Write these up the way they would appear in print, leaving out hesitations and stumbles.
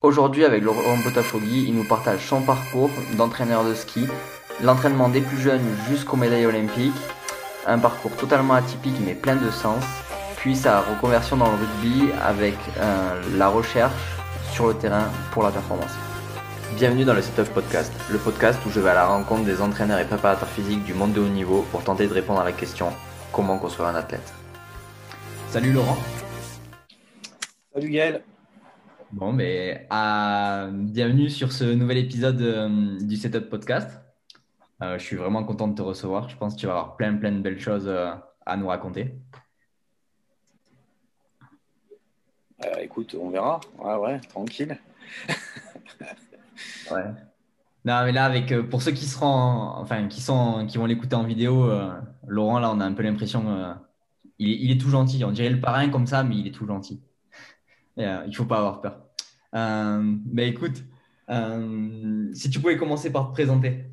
Aujourd'hui, avec Laurent Potafogui, il nous partage son parcours d'entraîneur de ski, l'entraînement des plus jeunes jusqu'aux médailles olympiques, un parcours totalement atypique mais plein de sens, puis sa reconversion dans le rugby avec la recherche sur le terrain pour la performance. Bienvenue dans le Setup Podcast, le podcast où je vais à la rencontre des entraîneurs et préparateurs physiques du monde de haut niveau pour tenter de répondre à la question « Comment construire un athlète ?» Salut Laurent. Salut Gaël. Bon, mais bienvenue sur ce nouvel épisode du Setup Podcast. Je suis vraiment content de te recevoir. Je pense que tu vas avoir plein de belles choses à nous raconter. Écoute, on verra. Ouais, tranquille. Ouais. Non, mais là, pour ceux qui seront, qui vont l'écouter en vidéo, Laurent, là, on a un peu l'impression, il est tout gentil. On dirait le parrain comme ça, mais il est tout gentil. Et, il faut pas avoir peur. Mais écoute, si tu pouvais commencer par te présenter.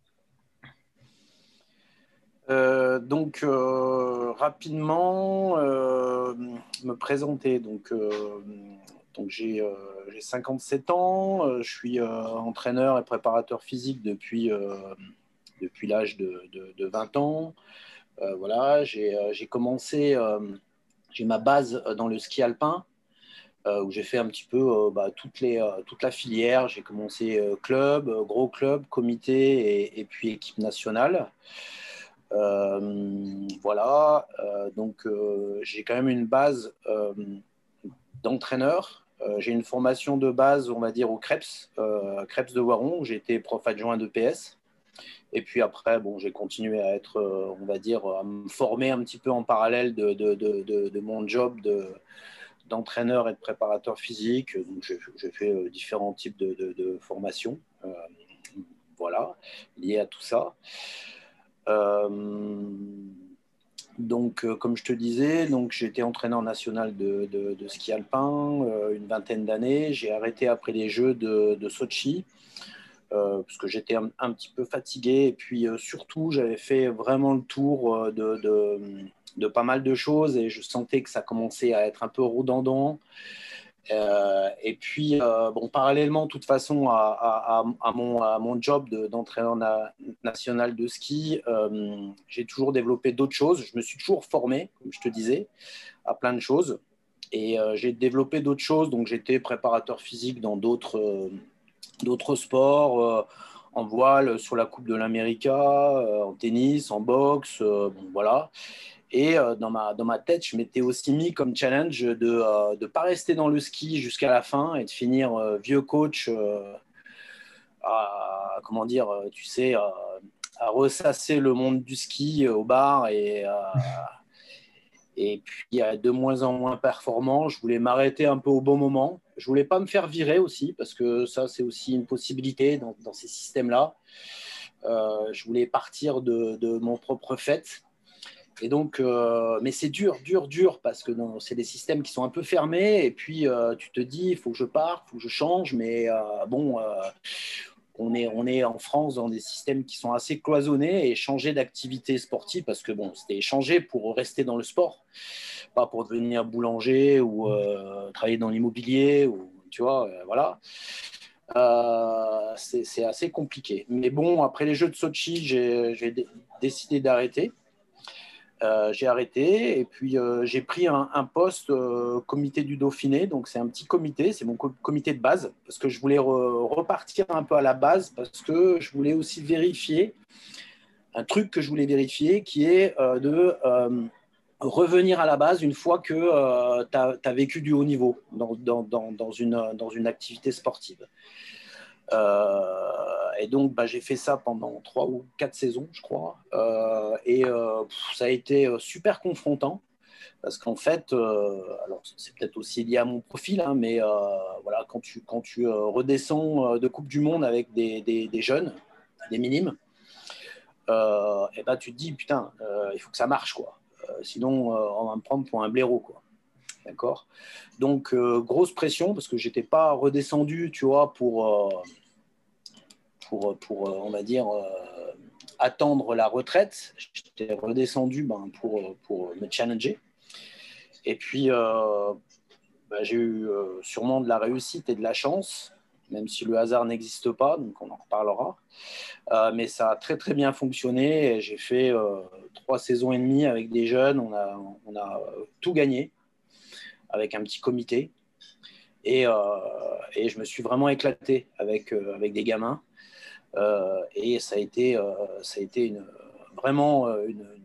Rapidement, me présenter. Donc j'ai 57 ans. Je suis entraîneur et préparateur physique depuis l'âge de 20 ans. Voilà, j'ai commencé, j'ai ma base dans le ski alpin. Où j'ai fait un petit peu toute la filière. J'ai commencé club, gros club, comité et puis équipe nationale. Voilà, j'ai quand même une base d'entraîneur. J'ai une formation de base, on va dire, au CREPS de Voiron, où j'ai été prof adjoint de PS. Et puis après, bon, j'ai continué à être, on va dire, à me former un petit peu en parallèle de mon job d'entraîneur et de préparateur physique. Donc, j'ai fait différents types de formations, voilà, liées à tout ça. Comme je te disais, j'ai été entraîneur national de ski alpin une vingtaine d'années. J'ai arrêté après les Jeux de Sochi parce que j'étais un petit peu fatigué. Et puis surtout, j'avais fait vraiment le tour de pas mal de choses et je sentais que ça commençait à être un peu redondant. Et puis, bon, parallèlement, de toute façon, à mon job d'entraîneur national de ski, j'ai toujours développé d'autres choses. Je me suis toujours formé, comme je te disais, à plein de choses. Et j'ai développé d'autres choses. Donc, j'étais préparateur physique dans d'autres sports, en voile, sur la Coupe de l'América, en tennis, en boxe, bon, voilà. Et dans ma tête, je m'étais aussi mis comme challenge de ne pas rester dans le ski jusqu'à la fin et de finir vieux coach, comment dire, tu sais, à ressasser le monde du ski au bar et puis de moins en moins performant. Je voulais m'arrêter un peu au bon moment. Je voulais pas me faire virer aussi, parce que ça, c'est aussi une possibilité dans ces systèmes-là. Je voulais partir de mon propre fait. Et donc, mais c'est dur, parce que c'est des systèmes qui sont un peu fermés. Et puis, tu te dis, il faut que je parte, il faut que je change. Mais bon, on est en France dans des systèmes qui sont assez cloisonnés et changer d'activité sportive, parce que bon, c'était changer pour rester dans le sport, pas pour devenir boulanger ou travailler dans l'immobilier, ou tu vois, voilà. C'est assez compliqué. Mais bon, après les Jeux de Sochi, j'ai décidé d'arrêter. J'ai arrêté et puis j'ai pris un poste comité du Dauphiné. Donc c'est un petit comité, c'est mon comité de base, parce que je voulais repartir un peu à la base, parce que je voulais aussi vérifier un truc que je voulais vérifier, qui est de revenir à la base une fois que tu as vécu du haut niveau dans une activité sportive. Et donc, j'ai fait ça pendant 3 ou 4 saisons, je crois. Ça a été super confrontant, parce qu'en fait, alors c'est peut-être aussi lié à mon profil, hein, mais voilà, quand tu redescends de Coupe du Monde avec des jeunes, des minimes, et ben, tu te dis, putain, il faut que ça marche, quoi. Sinon, on va me prendre pour un blaireau, quoi. D'accord. Donc, grosse pression, parce que j'étais pas redescendu, tu vois, on va dire, attendre la retraite. J'étais redescendu pour me challenger. Et puis, J'ai eu sûrement de la réussite et de la chance, même si le hasard n'existe pas, donc on en reparlera. Mais ça a très très bien fonctionné. J'ai fait 3 saisons et demie avec des jeunes. On a tout gagné avec un petit comité. Et je me suis vraiment éclaté avec des gamins. Et ça a été vraiment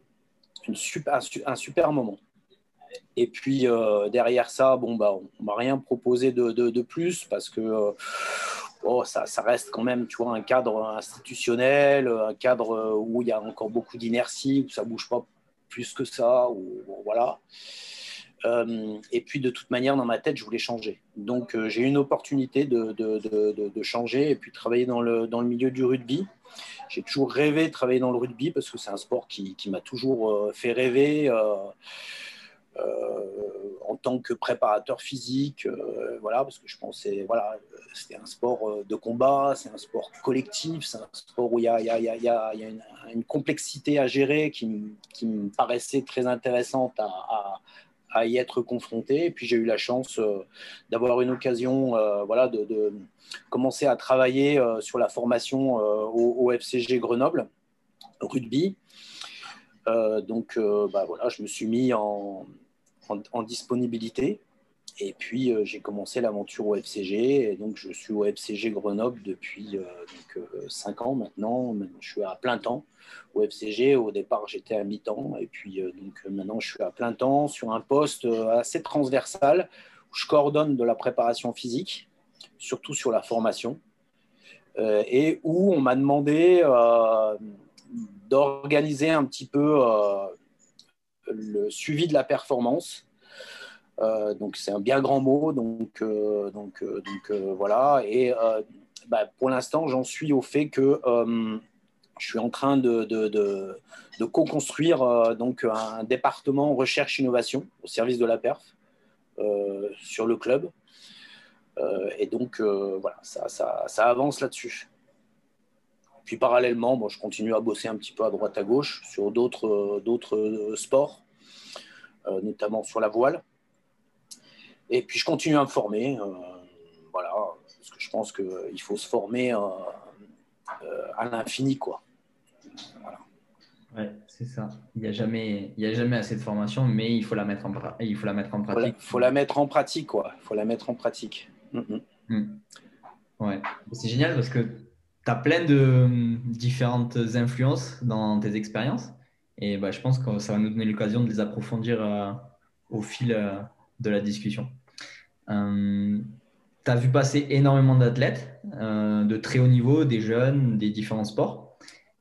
un super moment. Et puis derrière ça, bon, on ne m'a rien proposé de plus parce que ça reste quand même, tu vois, un cadre institutionnel, un cadre où il y a encore beaucoup d'inertie, où ça ne bouge pas plus que ça. Voilà. Et puis de toute manière, dans ma tête, je voulais changer. Donc j'ai eu une opportunité de changer et puis de travailler dans le milieu du rugby. J'ai toujours rêvé de travailler dans le rugby parce que c'est un sport qui m'a toujours fait rêver. En tant que préparateur physique, voilà, parce que je pensais, voilà, c'était un sport de combat, c'est un sport collectif, c'est un sport où il y a une complexité à gérer qui me paraissait très intéressante à y être confronté. Et puis j'ai eu la chance d'avoir une occasion voilà, de commencer à travailler sur la formation au FCG Grenoble, rugby. Donc voilà, je me suis mis en disponibilité. Et puis, j'ai commencé l'aventure au FCG. Et donc, je suis au FCG Grenoble depuis 5 ans maintenant. Maintenant. Je suis à plein temps au FCG. Au départ, j'étais à mi-temps. Et puis, maintenant, je suis à plein temps sur un poste assez transversal où je coordonne de la préparation physique, surtout sur la formation. Et où on m'a demandé d'organiser un petit peu le suivi de la performance. Donc c'est un bien grand mot, donc voilà. Et pour l'instant, j'en suis au fait que je suis en train de co-construire donc un département recherche-innovation au service de la perf sur le club. Et donc voilà, ça avance là-dessus. Puis parallèlement, bon, je continue à bosser un petit peu à droite à gauche sur d'autres sports, notamment sur la voile. Et puis je continue à me former, voilà, parce que je pense qu'il faut se former à l'infini, quoi. Voilà. Ouais, c'est ça. Il y a jamais assez de formation, mais il faut la mettre il faut la mettre en pratique. Faut la mettre en pratique, quoi. Faut la mettre en pratique. Ouais. C'est génial parce que tu as plein de différentes influences dans tes expériences. Et je pense que ça va nous donner l'occasion de les approfondir au fil de la discussion. Tu as vu passer énormément d'athlètes de très haut niveau, des jeunes, des différents sports.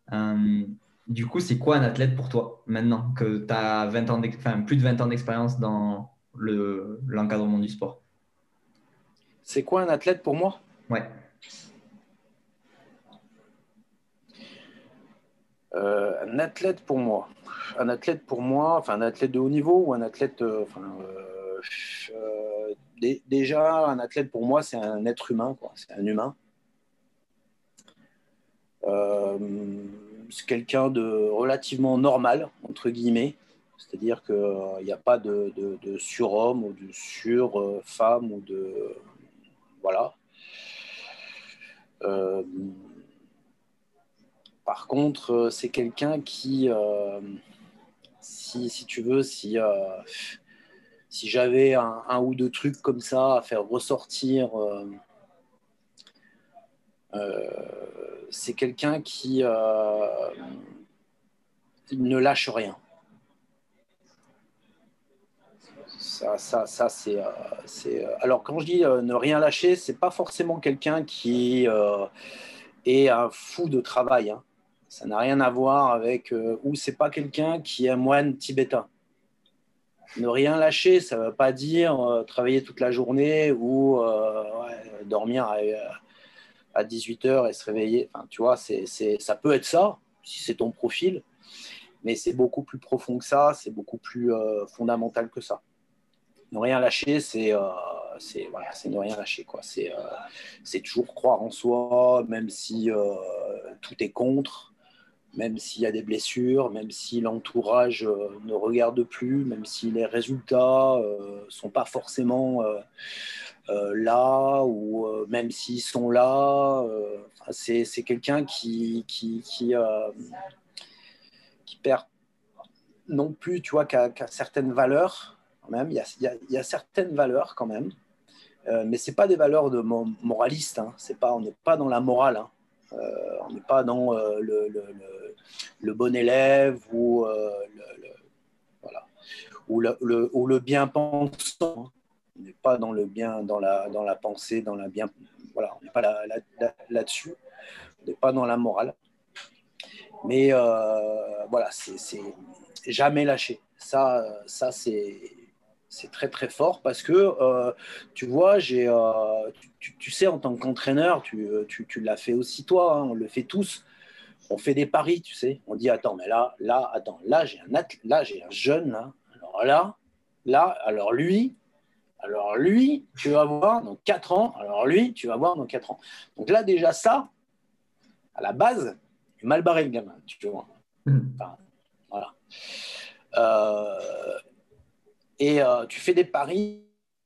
Du coup, c'est quoi un athlète pour toi maintenant que tu as plus de 20 ans d'expérience dans l'encadrement du sport? C'est quoi un athlète pour moi? Ouais. Un athlète pour moi. Un athlète pour moi, enfin un athlète de haut niveau ou un athlète. Déjà, un athlète pour moi, c'est un être humain, quoi. C'est un humain. C'est quelqu'un de relativement normal, entre guillemets. C'est-à-dire qu'il n'y a pas de surhomme ou de surfemme ou de. Voilà. Par contre, c'est quelqu'un qui, si tu veux, si j'avais un ou deux trucs comme ça à faire ressortir, c'est quelqu'un qui ne lâche rien. Ça c'est. Alors, quand je dis ne rien lâcher, c'est pas forcément quelqu'un qui est un fou de travail. Hein. Ça n'a rien à voir avec. Ou c'est pas quelqu'un qui est un moine tibétain. Ne rien lâcher, ça ne veut pas dire travailler toute la journée ou dormir à 18h et se réveiller. Enfin, tu vois, ça peut être ça, si c'est ton profil, mais c'est beaucoup plus profond que ça, c'est beaucoup plus fondamental que ça. Ne rien lâcher, c'est ne rien lâcher, quoi. C'est toujours croire en soi, même si tout est contre, même s'il y a des blessures, même si l'entourage ne regarde plus, même si les résultats ne sont pas forcément là, ou même s'ils sont là. C'est quelqu'un qui perd non plus, tu vois, qu'à certaines valeurs, quand même. Il y a certaines valeurs, quand même. Mais ce n'est pas des valeurs de moralistes. Hein. On n'est pas dans la morale. Hein. On n'est pas dans le bon élève ou, voilà, ou le bien pensant. Hein. On n'est pas dans le bien, dans la pensée, dans la bien. Voilà, on n'est pas là-dessus. On n'est pas dans la morale. Mais voilà, c'est jamais lâcher. Ça c'est très très fort parce que tu vois, tu sais, en tant qu'entraîneur, tu l'as fait aussi toi, hein, on le fait tous. On fait des paris, tu sais. On dit attends, mais attends, là j'ai un jeune là. Alors lui, tu vas voir dans 4 ans. Alors lui, tu vas voir dans 4 ans. Donc là déjà ça, à la base, il est mal barré le gamin, tu vois. Enfin, voilà. Et tu fais des paris.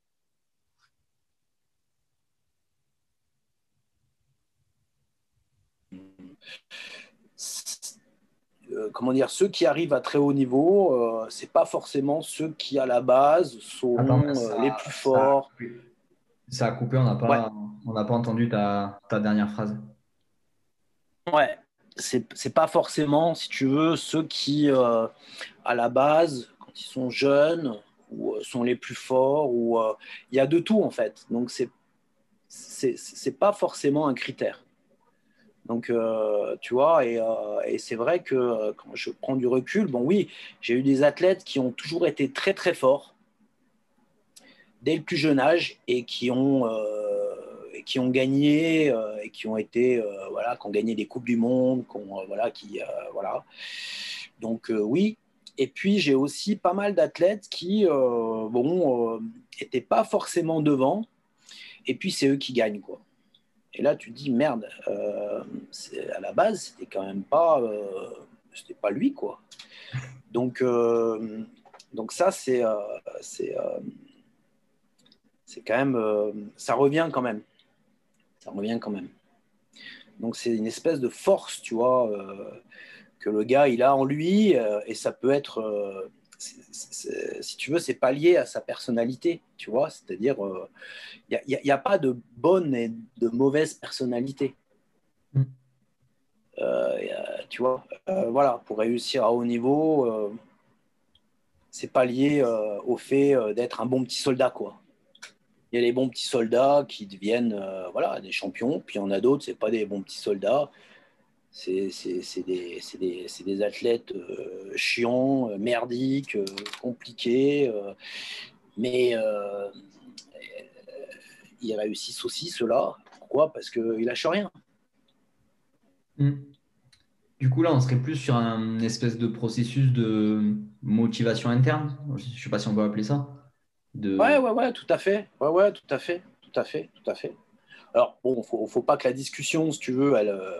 Comment dire, ceux qui arrivent à très haut niveau, c'est pas forcément ceux qui à la base Attends, sont les plus forts. Ça a coupé, Ouais, on n'a pas entendu ta dernière phrase. ouais. C'est pas forcément, si tu veux, ceux qui à la base, quand ils sont jeunes, ou sont les plus forts, ou il y a de tout en fait. Donc c'est pas forcément un critère. Donc, tu vois, et c'est vrai que quand je prends du recul, bon, oui, j'ai eu des athlètes qui ont toujours été très, très forts dès le plus jeune âge et qui ont gagné et qui ont été, voilà, qui ont gagné des Coupes du Monde, voilà. Donc, oui. Et puis, j'ai aussi pas mal d'athlètes qui, n'étaient pas forcément devant, et puis c'est eux qui gagnent, quoi. Et là, tu te dis, merde, à la base, c'était pas lui, quoi. Donc ça, c'est quand même, ça revient quand même. Ça revient quand même. Donc c'est une espèce de force, tu vois, que le gars, il a en lui, et ça peut être, si tu veux, c'est pas lié à sa personnalité, tu vois, c'est-à-dire, il n'y a pas de bonne et de mauvaise personnalité. Tu vois, voilà, pour réussir à haut niveau, c'est pas lié au fait d'être un bon petit soldat, quoi. Il y a les bons petits soldats qui deviennent voilà, des champions, puis il y en a d'autres, c'est pas des bons petits soldats, c'est des athlètes chiants, merdiques, compliqués, mais ils réussissent aussi, ceux-là. Pourquoi? Parce qu'ils lâchent rien. Du coup, là, on serait plus sur un espèce de processus de motivation interne. Je ne sais pas si on peut appeler ça. Ouais, tout à fait. Ouais, tout à fait. Tout à fait, tout à fait. Alors, bon, faut pas que la discussion, si tu veux,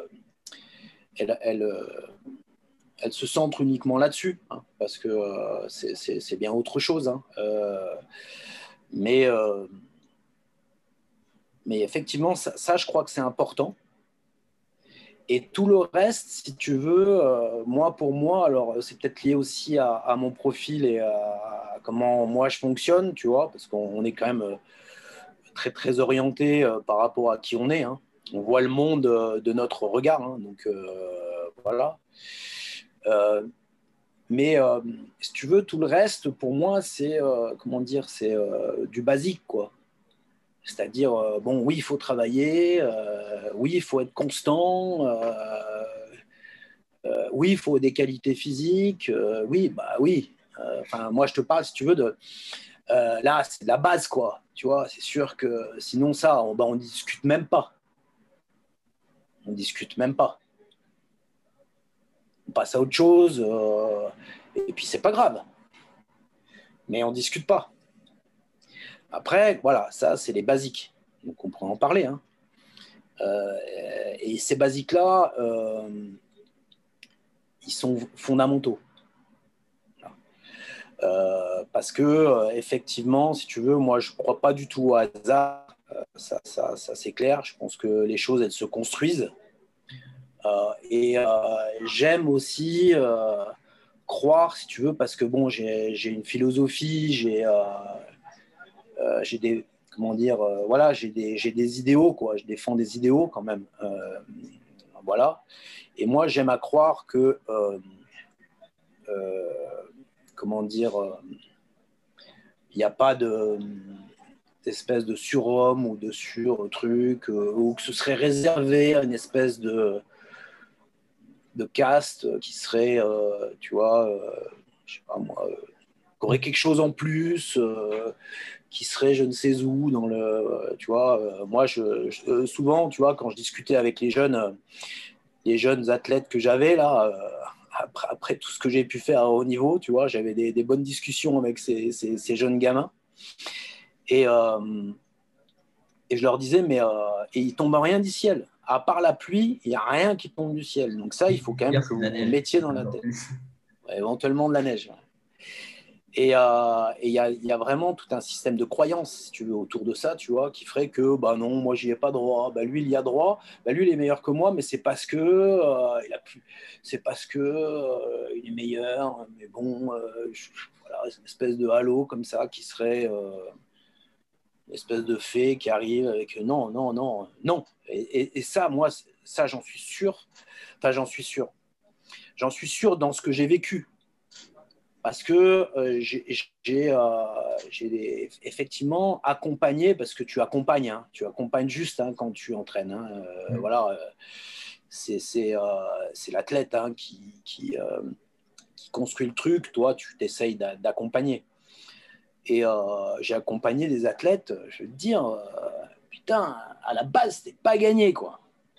elle se centre uniquement là-dessus, hein, parce que c'est bien autre chose. Hein. Mais effectivement, ça, je crois que c'est important. Et tout le reste, si tu veux, pour moi, alors c'est peut-être lié aussi à mon profil et à comment moi je fonctionne, tu vois, parce qu'on est quand même très, très orienté par rapport à qui on est. Hein. On voit le monde de notre regard, hein, donc voilà. Mais si tu veux, tout le reste, pour moi, c'est comment dire, c'est du basique, quoi. C'est-à-dire, bon, oui, il faut travailler, oui, il faut être constant, oui, il faut des qualités physiques, oui, bah oui. Enfin, moi, je te parle, si tu veux, là, c'est de la base, quoi. Tu vois, c'est sûr que sinon, ça, on discute même pas. On discute même pas. On passe à autre chose, et puis c'est pas grave. Mais on discute pas. Après, voilà, ça, c'est les basiques. Donc, on pourrait en parler. Hein. Et ces basiques-là, ils sont fondamentaux. Parce que effectivement, si tu veux, moi je ne crois pas du tout au hasard, ça c'est clair. Je pense que les choses elles se construisent. Et j'aime aussi croire, si tu veux, parce que bon, j'ai une philosophie, j'ai des, comment dire, voilà, j'ai des idéaux, quoi. Je défends des idéaux quand même, voilà. Et moi, j'aime à croire que, euh, comment dire, il n'y a pas d'espèce de surhomme ou de sur-truc, ou que ce serait réservé à une espèce de caste qui serait, tu vois, je sais pas moi, qui aurait quelque chose en plus, qui serait je ne sais où dans le, tu vois, moi souvent, tu vois, quand je discutais avec les jeunes athlètes que j'avais là, après tout ce que j'ai pu faire à haut niveau, tu vois, j'avais des bonnes discussions avec ces jeunes gamins. Et, et je leur disais, mais et il tombe rien du ciel. À part la pluie, il n'y a rien qui tombe du ciel. Donc ça, il faut quand même que vous le mettiez dans la tête. Ouais, éventuellement de la neige. Et il y a vraiment tout un système de croyances, si tu veux, autour de ça, tu vois, qui ferait que, bah non, moi, j'y ai pas droit. Bah lui, il y a droit. Bah lui, il est meilleur que moi, mais c'est parce que c'est parce que il est meilleur. Mais bon, voilà, c'est une espèce de halo comme ça qui serait une espèce de fée qui arrive avec non, non, non, non. Et ça, moi, ça, j'en suis sûr. Enfin, j'en suis sûr. J'en suis sûr dans ce que j'ai vécu. Parce que j'ai effectivement accompagné, parce que tu accompagnes juste quand tu entraînes. Voilà, c'est l'athlète qui construit le truc, toi tu t'essayes d'accompagner. Et j'ai accompagné des athlètes, je veux te dire, putain, à la base, c'était pas gagné, quoi.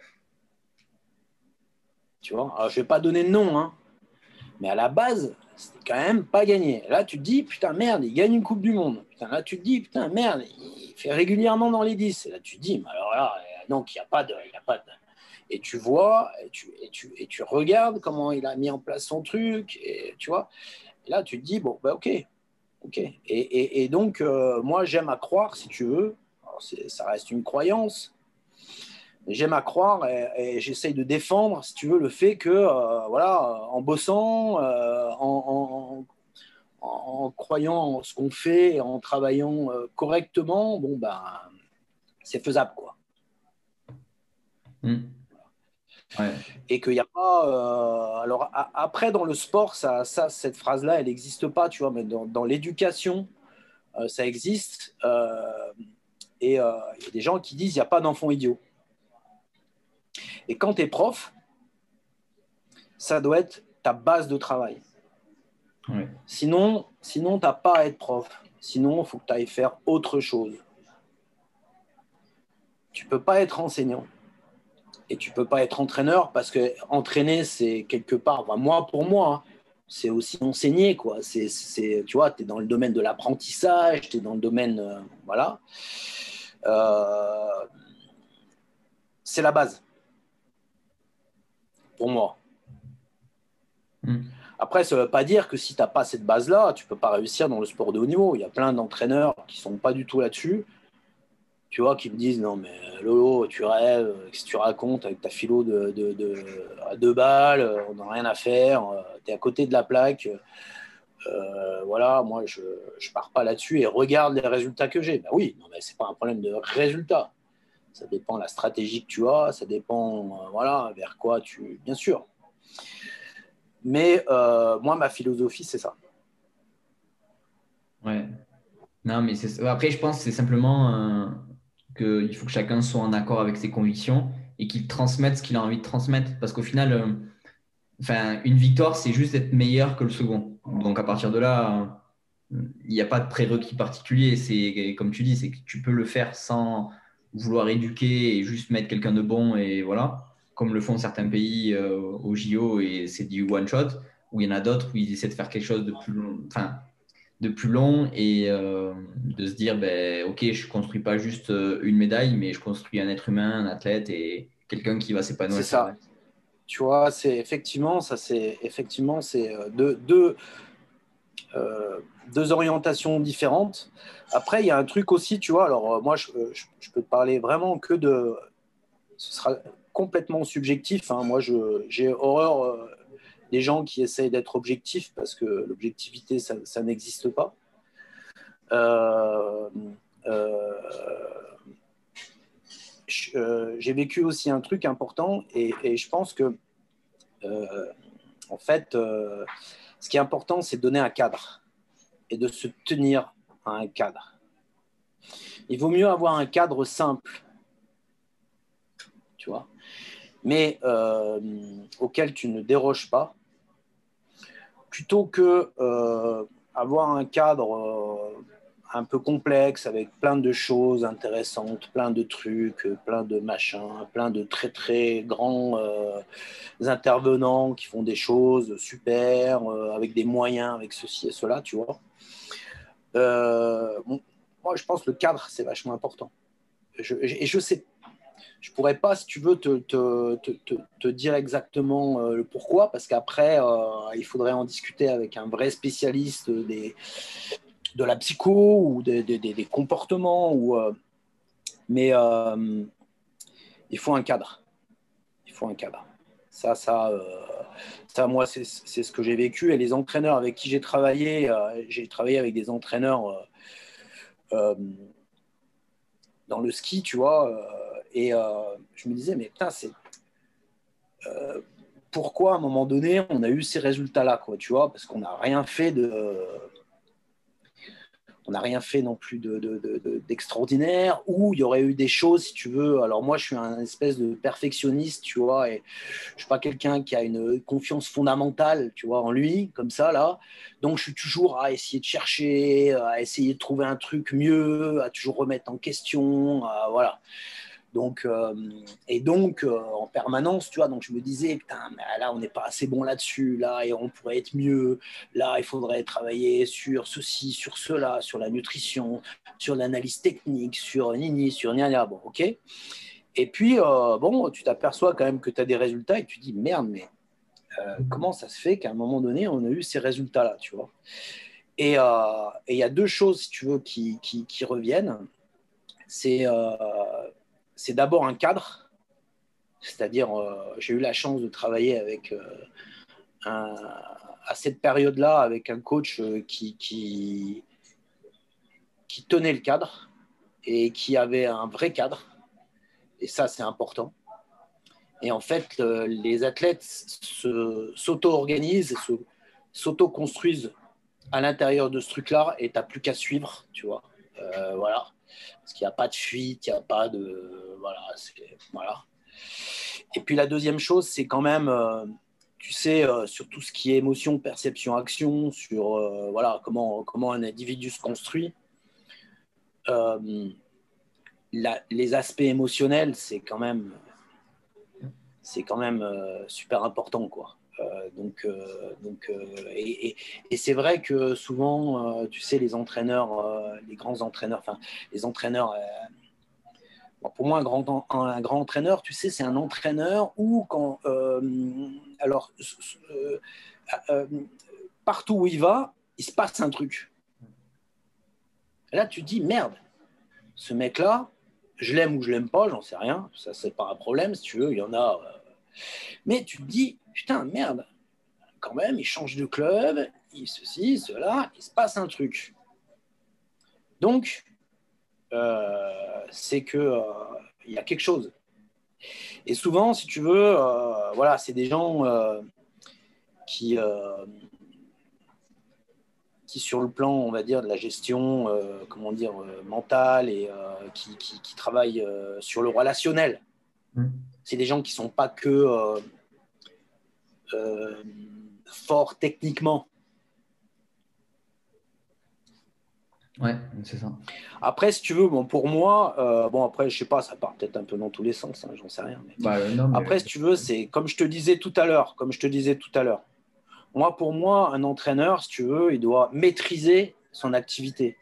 Tu vois, alors, je vais pas donner de nom, hein, mais à la base, c'était quand même pas gagné. Là, tu te dis, putain, merde, il gagne une Coupe du Monde. Putain, là, tu te dis, putain, merde, il fait régulièrement dans les 10. Et là, tu te dis, mais alors là, donc, il n'y a pas de. Et tu vois, et tu regardes comment il a mis en place son truc, et tu vois. Et là, tu te dis, bon, bah, ok. Et donc, moi, j'aime à croire, si tu veux, alors ça reste une croyance, mais j'aime à croire et j'essaye de défendre, si tu veux, le fait que, voilà, en bossant, en croyant en ce qu'on fait, en travaillant correctement, bon, ben, c'est faisable, quoi. Mmh. Ouais. Et qu'il n'y a pas. Alors, après, dans le sport, cette phrase-là, elle n'existe pas, tu vois, mais dans l'éducation, ça existe. Et il y a des gens qui disent il n'y a pas d'enfant idiot. Et quand tu es prof, ça doit être ta base de travail. Ouais. Sinon tu n'as pas à être prof. Sinon, il faut que tu ailles faire autre chose. Tu ne peux pas être enseignant. Et tu ne peux pas être entraîneur parce que entraîner, c'est quelque part, enfin, pour moi, hein, c'est aussi enseigner, quoi. Tu vois, tu es dans le domaine de l'apprentissage, tu es dans le domaine. Voilà. C'est la base. Pour moi. Après, ça ne veut pas dire que si tu n'as pas cette base-là, tu ne peux pas réussir dans le sport de haut niveau. Il y a plein d'entraîneurs qui ne sont pas du tout là-dessus, tu vois, qui me disent non, mais Lolo, tu rêves, qu'est-ce que tu racontes avec ta philo à 2 balles, on n'a rien à faire, tu es à côté de la plaque. Voilà, moi, je ne pars pas là-dessus et regarde les résultats que j'ai. Ben oui, non, mais ce n'est pas un problème de résultat. Ça dépend de la stratégie que tu as, ça dépend, voilà, vers quoi tu. Bien sûr. Mais moi, ma philosophie, c'est ça. Ouais. Non, mais après, je pense que c'est simplement qu'il faut que chacun soit en accord avec ses convictions et qu'il transmette ce qu'il a envie de transmettre. Parce qu'au final, une victoire, c'est juste être meilleur que le second. Donc, à partir de là, il n'y a pas de prérequis particulier. C'est comme tu dis, c'est que tu peux le faire sans vouloir éduquer et juste mettre quelqu'un de bon et voilà, comme le font certains pays au JO et c'est du one shot. Ou il y en a d'autres où ils essaient de faire quelque chose de plus long et de se dire, ben, ok, je construis pas juste une médaille, mais je construis un être humain, un athlète et quelqu'un qui va s'épanouir. C'est ça. Tu vois, c'est effectivement, c'est deux orientations différentes. Après, il y a un truc aussi, tu vois. Alors, moi, je peux te parler vraiment que de. Ce sera complètement subjectif. Hein. Moi, j'ai horreur des gens qui essayent d'être objectifs parce que l'objectivité, ça n'existe pas. Euh, euh, j'ai vécu aussi un truc important et je pense que, en fait, ce qui est important, c'est de donner un cadre et de se tenir à un cadre. Il vaut mieux avoir un cadre simple, tu vois, mais auquel tu ne déroges pas, plutôt que avoir un cadre un peu complexe avec plein de choses intéressantes, plein de trucs, plein de machins, plein de très très grands intervenants qui font des choses super, avec des moyens, avec ceci et cela, tu vois. Bon, moi, je pense que le cadre, c'est vachement important. Et je sais, je pourrais pas, si tu veux, te dire exactement le pourquoi, parce qu'après, il faudrait en discuter avec un vrai spécialiste de la psycho ou des comportements. Mais il faut un cadre. Il faut un cadre. Ça moi, c'est ce que j'ai vécu. Et les entraîneurs avec qui j'ai travaillé avec des entraîneurs dans le ski, tu vois. Et je me disais, mais putain, pourquoi à un moment donné on a eu ces résultats-là, quoi, tu vois, parce qu'on n'a rien fait on n'a rien fait non plus d'extraordinaire, ou il y aurait eu des choses, si tu veux. Alors moi, je suis un espèce de perfectionniste, tu vois, et je suis pas quelqu'un qui a une confiance fondamentale, tu vois, en lui, comme ça, là. Donc, je suis toujours à essayer de chercher, à essayer de trouver un truc mieux, à toujours remettre en question, voilà. Donc, en permanence, tu vois, donc je me disais, putain, mais là, on n'est pas assez bon là-dessus, là, et on pourrait être mieux, là, il faudrait travailler sur ceci, sur cela, sur la nutrition, sur l'analyse technique, sur nini, sur nia, bon, ok. Et puis, bon, tu t'aperçois quand même que tu as des résultats et tu dis, merde, mais comment ça se fait qu'à un moment donné, on a eu ces résultats-là, tu vois. Et il y a deux choses, si tu veux, qui reviennent. C'est d'abord un cadre, c'est-à-dire j'ai eu la chance de travailler avec à cette période-là avec un coach qui tenait le cadre et qui avait un vrai cadre, et ça c'est important. Et en fait, les athlètes s'auto-organisent, s'auto-construisent à l'intérieur de ce truc-là, et tu n'as plus qu'à suivre, tu vois. Voilà. Parce qu'il n'y a pas de fuite, il n'y a pas de. Voilà. Et puis la deuxième chose, c'est quand même, tu sais, sur tout ce qui est émotion, perception, action, sur voilà, comment un individu se construit. Les aspects émotionnels, c'est quand même super important, quoi. Et c'est vrai que souvent, tu sais, les entraîneurs, les grands entraîneurs, enfin, les entraîneurs. Bon, pour moi, un grand entraîneur, tu sais, c'est un entraîneur où, alors, euh, partout où il va, il se passe un truc. Et là, tu te dis, merde, ce mec-là, je l'aime ou je l'aime pas, j'en sais rien, ça, c'est pas un problème, si tu veux, il y en a. Mais tu te dis, putain, merde, quand même, il change de club, ceci, cela, il se passe un truc. Donc, c'est que il y a quelque chose. Et souvent, si tu veux, voilà, c'est des gens qui, sur le plan, on va dire, de la gestion, comment dire, mentale, et qui travaillent sur le relationnel. C'est des gens qui ne sont pas que forts techniquement. Ouais, c'est ça. Après, si tu veux, bon, pour moi, bon, après, je sais pas, ça part peut-être un peu dans tous les sens, hein, j'en sais rien. Non, mais... Après, si tu veux, c'est comme je te disais tout à l'heure, moi, pour moi, un entraîneur, si tu veux, il doit maîtriser son activité.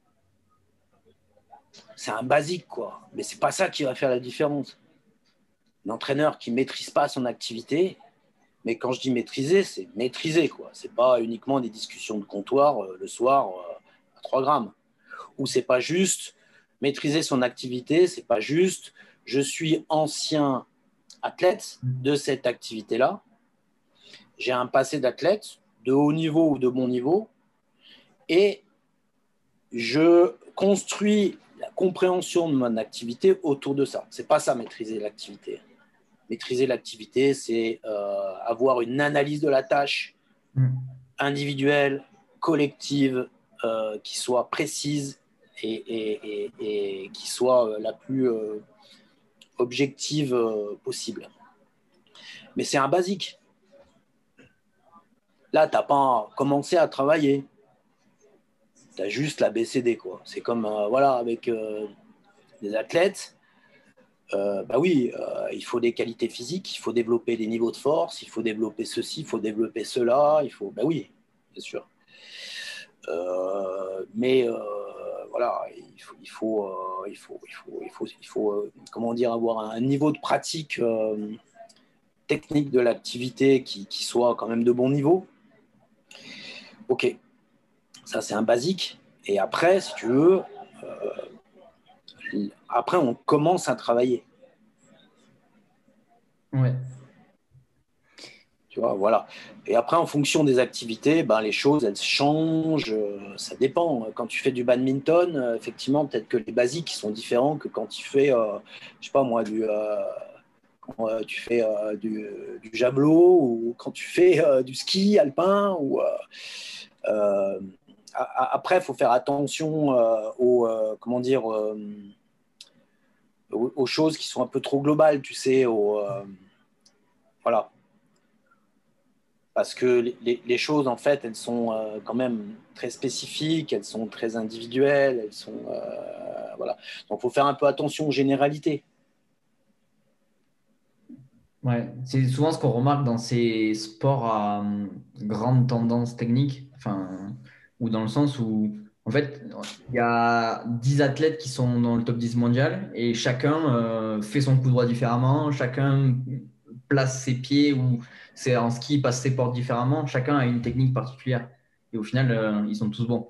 C'est un basique, quoi. Mais c'est pas ça qui va faire la différence. Un entraîneur qui ne maîtrise pas son activité, mais quand je dis maîtriser, c'est maîtriser, quoi. C'est pas uniquement des discussions de comptoir le soir à 3 grammes. Ou c'est pas juste maîtriser son activité, c'est pas juste je suis ancien athlète de cette activité-là, j'ai un passé d'athlète de haut niveau ou de bon niveau, et je construis la compréhension de mon activité autour de ça. C'est pas ça, maîtriser l'activité. Maîtriser l'activité, c'est avoir une analyse de la tâche individuelle, collective, qui soit précise et qui soit la plus objective possible. Mais c'est un basique. Là, tu n'as pas commencé à travailler. Tu as juste la BCD, quoi. C'est comme voilà, avec des athlètes. Bah oui, il faut des qualités physiques, il faut développer des niveaux de force, il faut développer ceci, il faut développer cela, il faut, bah oui, bien sûr. Mais voilà, il faut comment dire, avoir un niveau de pratique technique de l'activité qui soit quand même de bon niveau. Ok, ça c'est un basique. Et après, si tu veux, après on commence à travailler. Ouais. Tu vois, voilà. Et après, en fonction des activités, ben, les choses, elles changent. Ça dépend. Quand tu fais du badminton, effectivement, peut-être que les basiques sont différents que quand tu fais, je sais pas moi, tu fais du javelot ou quand tu fais du ski alpin. Après, il faut faire attention comment dire, aux choses qui sont un peu trop globales, tu sais, voilà. Parce que les choses, en fait, elles sont quand même très spécifiques, elles sont très individuelles, elles sont voilà. Donc, il faut faire un peu attention aux généralités. Ouais, c'est souvent ce qu'on remarque dans ces sports à grande tendance technique, enfin, ou dans le sens où, en fait, il y a 10 athlètes qui sont dans le top 10 mondial et chacun fait son coup droit différemment, chacun place ses pieds ou c'est en ski, passe ses portes différemment, chacun a une technique particulière. Et au final, ils sont tous bons.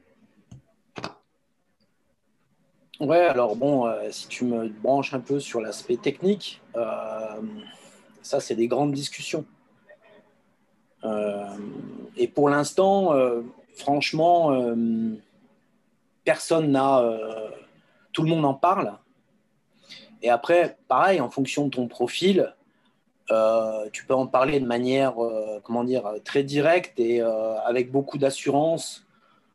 Ouais, alors bon, si tu me branches un peu sur l'aspect technique, ça, c'est des grandes discussions. Et pour l'instant, franchement, personne n'a. Tout le monde en parle. Et après, pareil, en fonction de ton profil, tu peux en parler de manière, comment dire, très directe et avec beaucoup d'assurance,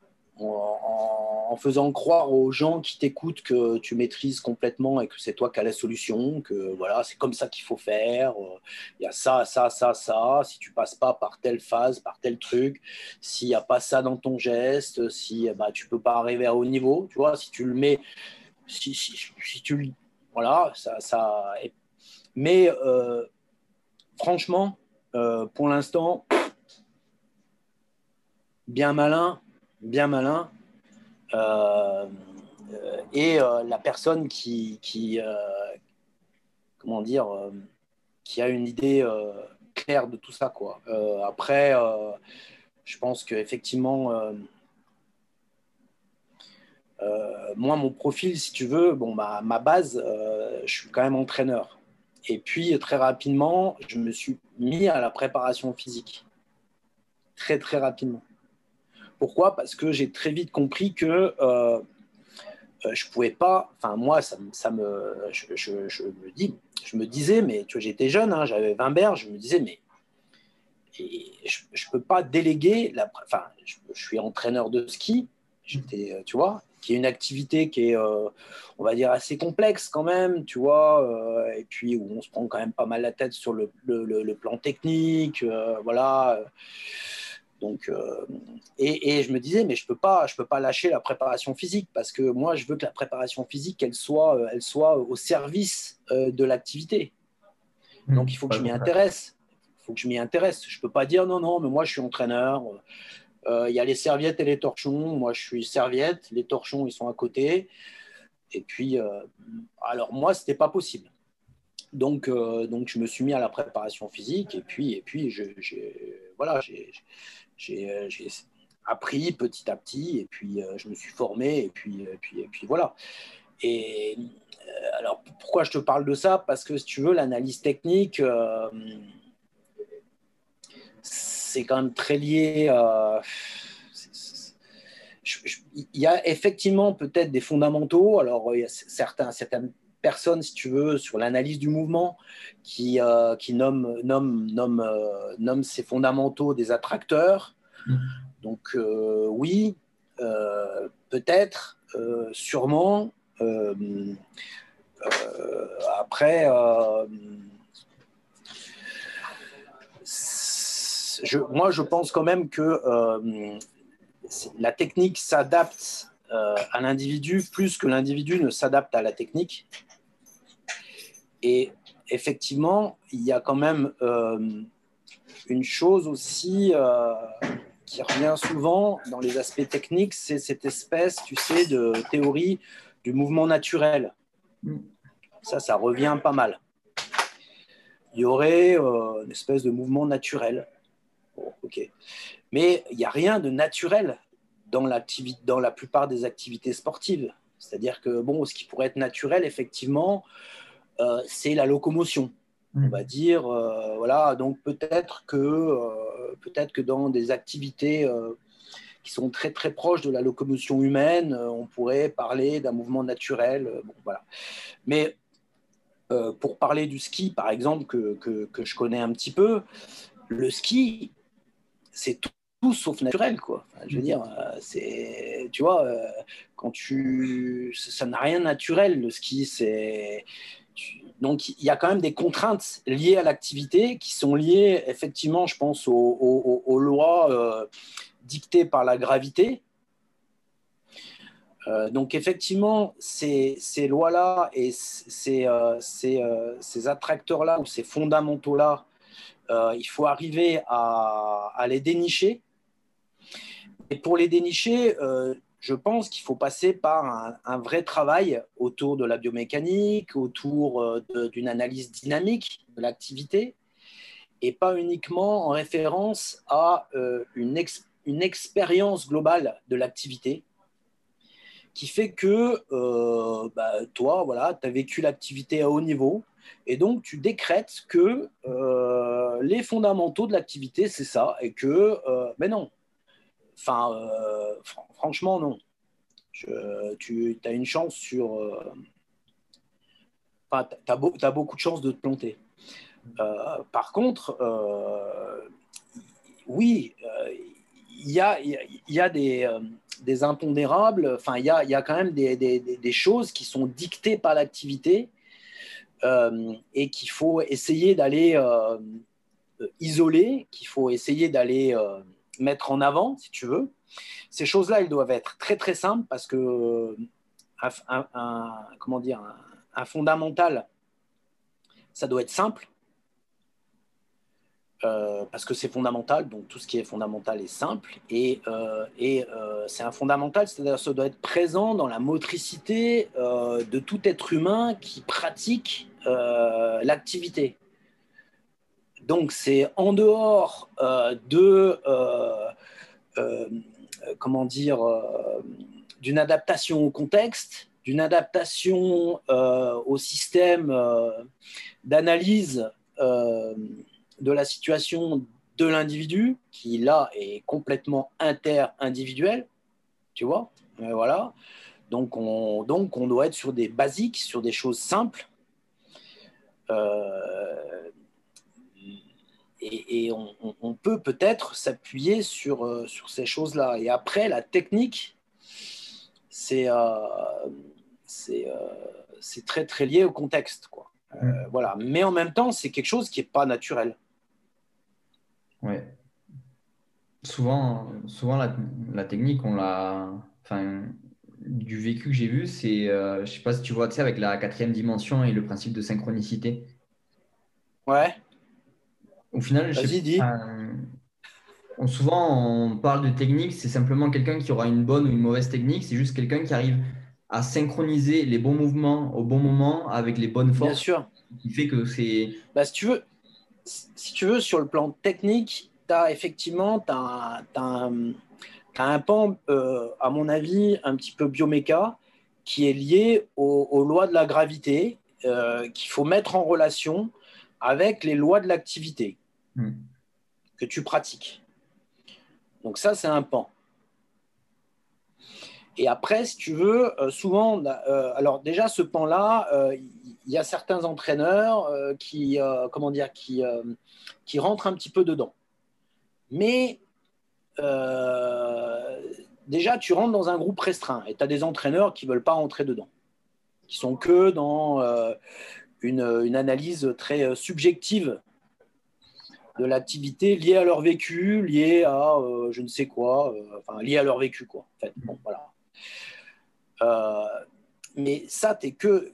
en faisant croire aux gens qui t'écoutent que tu maîtrises complètement et que c'est toi qui as la solution, que voilà, c'est comme ça qu'il faut faire. Il y a ça, ça, ça, ça. Si tu passes pas par telle phase, par tel truc, s'il n'y a pas ça dans ton geste, si bah, tu peux pas arriver à haut niveau, tu vois, si tu le mets, si tu le, voilà, ça. Mais franchement, pour l'instant, bien malin, bien malin. Et la personne comment dire, qui a une idée claire de tout ça, quoi. Après, je pense qu'effectivement, moi, mon profil, si tu veux, bon, ma base, je suis quand même entraîneur. Et puis, très rapidement, je me suis mis à la préparation physique. Très, très rapidement. Pourquoi ? Parce que j'ai très vite compris que je pouvais pas, enfin moi, je me disais, mais tu vois, j'étais jeune, hein, j'avais 20 berges, je me disais, mais je peux pas déléguer, enfin, je suis entraîneur de ski, tu vois, qui est une activité qui est, on va dire, assez complexe quand même, tu vois, et puis où on se prend quand même pas mal la tête sur le plan technique, voilà. Donc, et je me disais, mais je peux pas lâcher la préparation physique parce que moi, je veux que la préparation physique, elle soit au service de l'activité. Donc, il faut que je m'y intéresse. Il faut que je m'y intéresse. Je peux pas dire non, non, mais moi, je suis entraîneur. Il y a les serviettes et les torchons. Moi, je suis serviette. Les torchons, ils sont à côté. Et puis, alors moi, c'était pas possible. Donc, je me suis mis à la préparation physique et puis voilà, j'ai appris petit à petit et puis je me suis formé et puis voilà. Et alors, pourquoi je te parle de ça? Parce que si tu veux, l'analyse technique, c'est quand même très lié. Il y a effectivement peut-être des fondamentaux. Alors, il y a certaines personnes, si tu veux, sur l'analyse du mouvement qui nomment ces fondamentaux des attracteurs. Donc, oui, peut-être, sûrement. Après, moi, je pense quand même que la technique s'adapte à l'individu plus que l'individu ne s'adapte à la technique. Et effectivement, il y a quand même une chose aussi qui revient souvent dans les aspects techniques, c'est cette espèce, tu sais, de théorie du mouvement naturel. Ça revient pas mal. Il y aurait une espèce de mouvement naturel. Bon, ok. Mais il n'y a rien de naturel dans la plupart des activités sportives. C'est-à-dire que, bon, ce qui pourrait être naturel, effectivement, c'est la locomotion. On va dire, voilà, donc peut-être que dans des activités qui sont très très proches de la locomotion humaine, on pourrait parler d'un mouvement naturel. Bon, voilà. Mais pour parler du ski, par exemple, que je connais un petit peu, le ski, c'est tout sauf naturel, quoi. Enfin, je veux dire, tu vois, ça n'a rien de naturel, le ski, donc, il y a quand même des contraintes liées à l'activité qui sont liées, effectivement, je pense, aux lois dictées par la gravité. Donc, effectivement, ces lois-là et ces attracteurs-là ou ces fondamentaux-là, il faut arriver à les dénicher. Et pour les dénicher, je pense qu'il faut passer par un vrai travail autour de la biomécanique, autour d'une analyse dynamique de l'activité, et pas uniquement en référence à une expérience globale de l'activité, qui fait que toi, voilà, tu as vécu l'activité à haut niveau, et donc tu décrètes que les fondamentaux de l'activité, c'est ça, et que, mais non. Enfin, franchement, non. Tu as une chance sur. Enfin, tu as beaucoup de chances de te planter. Par contre, oui, il y a des impondérables. Enfin, il y a quand même des choses qui sont dictées par l'activité et qu'il faut essayer d'aller isoler, qu'il faut essayer d'aller mettre en avant, si tu veux. Ces choses-là, elles doivent être très très simples parce que comment dire, un fondamental, ça doit être simple parce que c'est fondamental, donc tout ce qui est fondamental est simple et c'est un fondamental, c'est-à-dire que ça doit être présent dans la motricité de tout être humain qui pratique l'activité. Donc c'est en dehors comment dire, d'une adaptation au contexte, d'une adaptation au système d'analyse de la situation de l'individu, qui là est complètement inter-individuel, tu vois, voilà. Donc on doit être sur des basiques, sur des choses simples. Et on peut peut-être s'appuyer sur ces choses-là. Et après, la technique, c'est très, très lié au contexte, quoi. Voilà. Mais en même temps, c'est quelque chose qui n'est pas naturel. Ouais. Souvent la technique, enfin, du vécu que j'ai vu, c'est, je sais pas si tu vois, tu sais, avec la quatrième dimension et le principe de synchronicité. Ouais. Au final, je sais Vas-y, dis. souvent on parle de technique, c'est simplement quelqu'un qui aura une bonne ou une mauvaise technique, c'est juste quelqu'un qui arrive à synchroniser les bons mouvements au bon moment avec les bonnes Bien forces, sûr. qui fait que c'est… Bah, si tu veux, sur le plan technique, tu as effectivement un pan, à mon avis, un petit peu bioméca, qui est lié aux lois de la gravité, qu'il faut mettre en relation avec les lois de l'activité que tu pratiques. Donc ça, c'est un pan. Et après, si tu veux, souvent, alors déjà, ce pan-là, il y a certains entraîneurs qui rentrent un petit peu dedans. Mais déjà, tu rentres dans un groupe restreint et tu as des entraîneurs qui ne veulent pas rentrer dedans, qui sont que dans une analyse très subjective de l'activité liée à leur vécu, liée à je ne sais quoi, enfin liée à leur vécu, quoi. En fait, bon, voilà. Mais ça, tu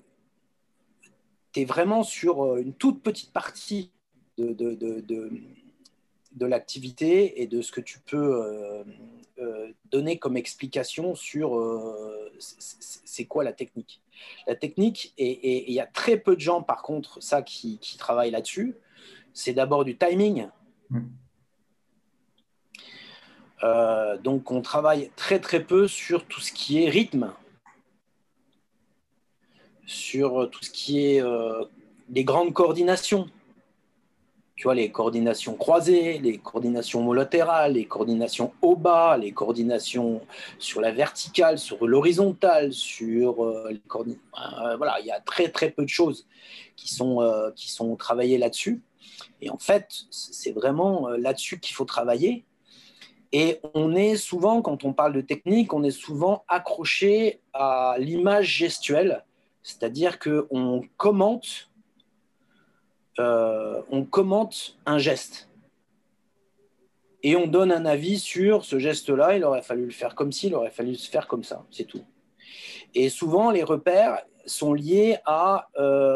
es vraiment sur une toute petite partie de l'activité et de ce que tu peux donner comme explication sur c'est quoi la technique. La technique, et il y a très peu de gens, par contre, ça qui travaillent là-dessus, c'est d'abord du timing. Donc, on travaille très, très peu sur tout ce qui est rythme, sur tout ce qui est les grandes coordinations. Tu vois, les coordinations croisées, les coordinations molatérales, les coordinations haut bas, les coordinations sur la verticale, sur l'horizontale, sur voilà, il y a très très peu de choses qui sont travaillées là-dessus. Et en fait, c'est vraiment là-dessus qu'il faut travailler. Et on est souvent, quand on parle de technique, on est souvent accroché à l'image gestuelle, c'est-à-dire qu'on commente un geste et on donne un avis sur ce geste-là. Il aurait fallu le faire comme ci, il aurait fallu le faire comme ça, c'est tout. Et souvent, les repères sont liés à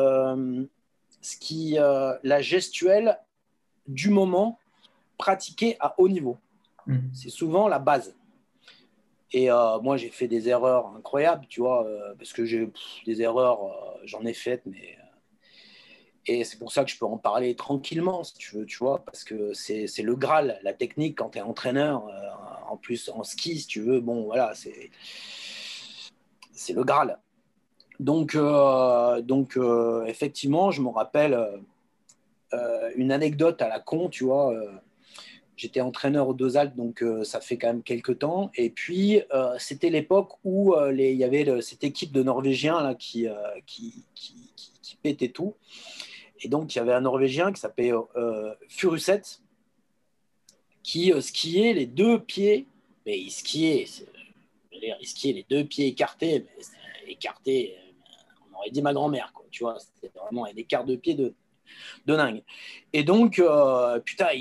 la gestuelle du moment pratiquée à haut niveau. C'est souvent la base. Et moi, j'ai fait des erreurs incroyables, tu vois, parce que des erreurs, j'en ai faites, mais et c'est pour ça que je peux en parler tranquillement, si tu veux, tu vois, parce que c'est le Graal, la technique, quand tu es entraîneur, en plus en ski, si tu veux, bon, voilà, c'est le Graal. Donc effectivement, je me rappelle une anecdote à la con, tu vois. J'étais entraîneur aux Deux Alpes, donc ça fait quand même quelques temps. Et puis, c'était l'époque où il y avait cette équipe de Norvégiens là, qui pétait tout. Et donc, il y avait un Norvégien qui s'appelait Furuset, qui skiait les deux pieds, mais il skiait les deux pieds écartés, mais écartés, on aurait dit ma grand-mère, quoi, tu vois, c'était vraiment un écart de pied de dingue. Et donc, putain,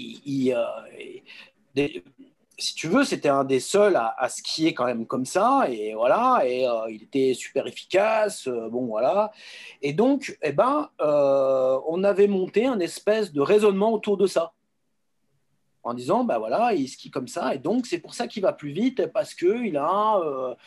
si tu veux, c'était un des seuls à skier quand même comme ça, et voilà, et il était super efficace, bon voilà. Et donc, on avait monté un espèce de raisonnement autour de ça, en disant, ben voilà, il skie comme ça, et donc c'est pour ça qu'il va plus vite, parce qu'il a...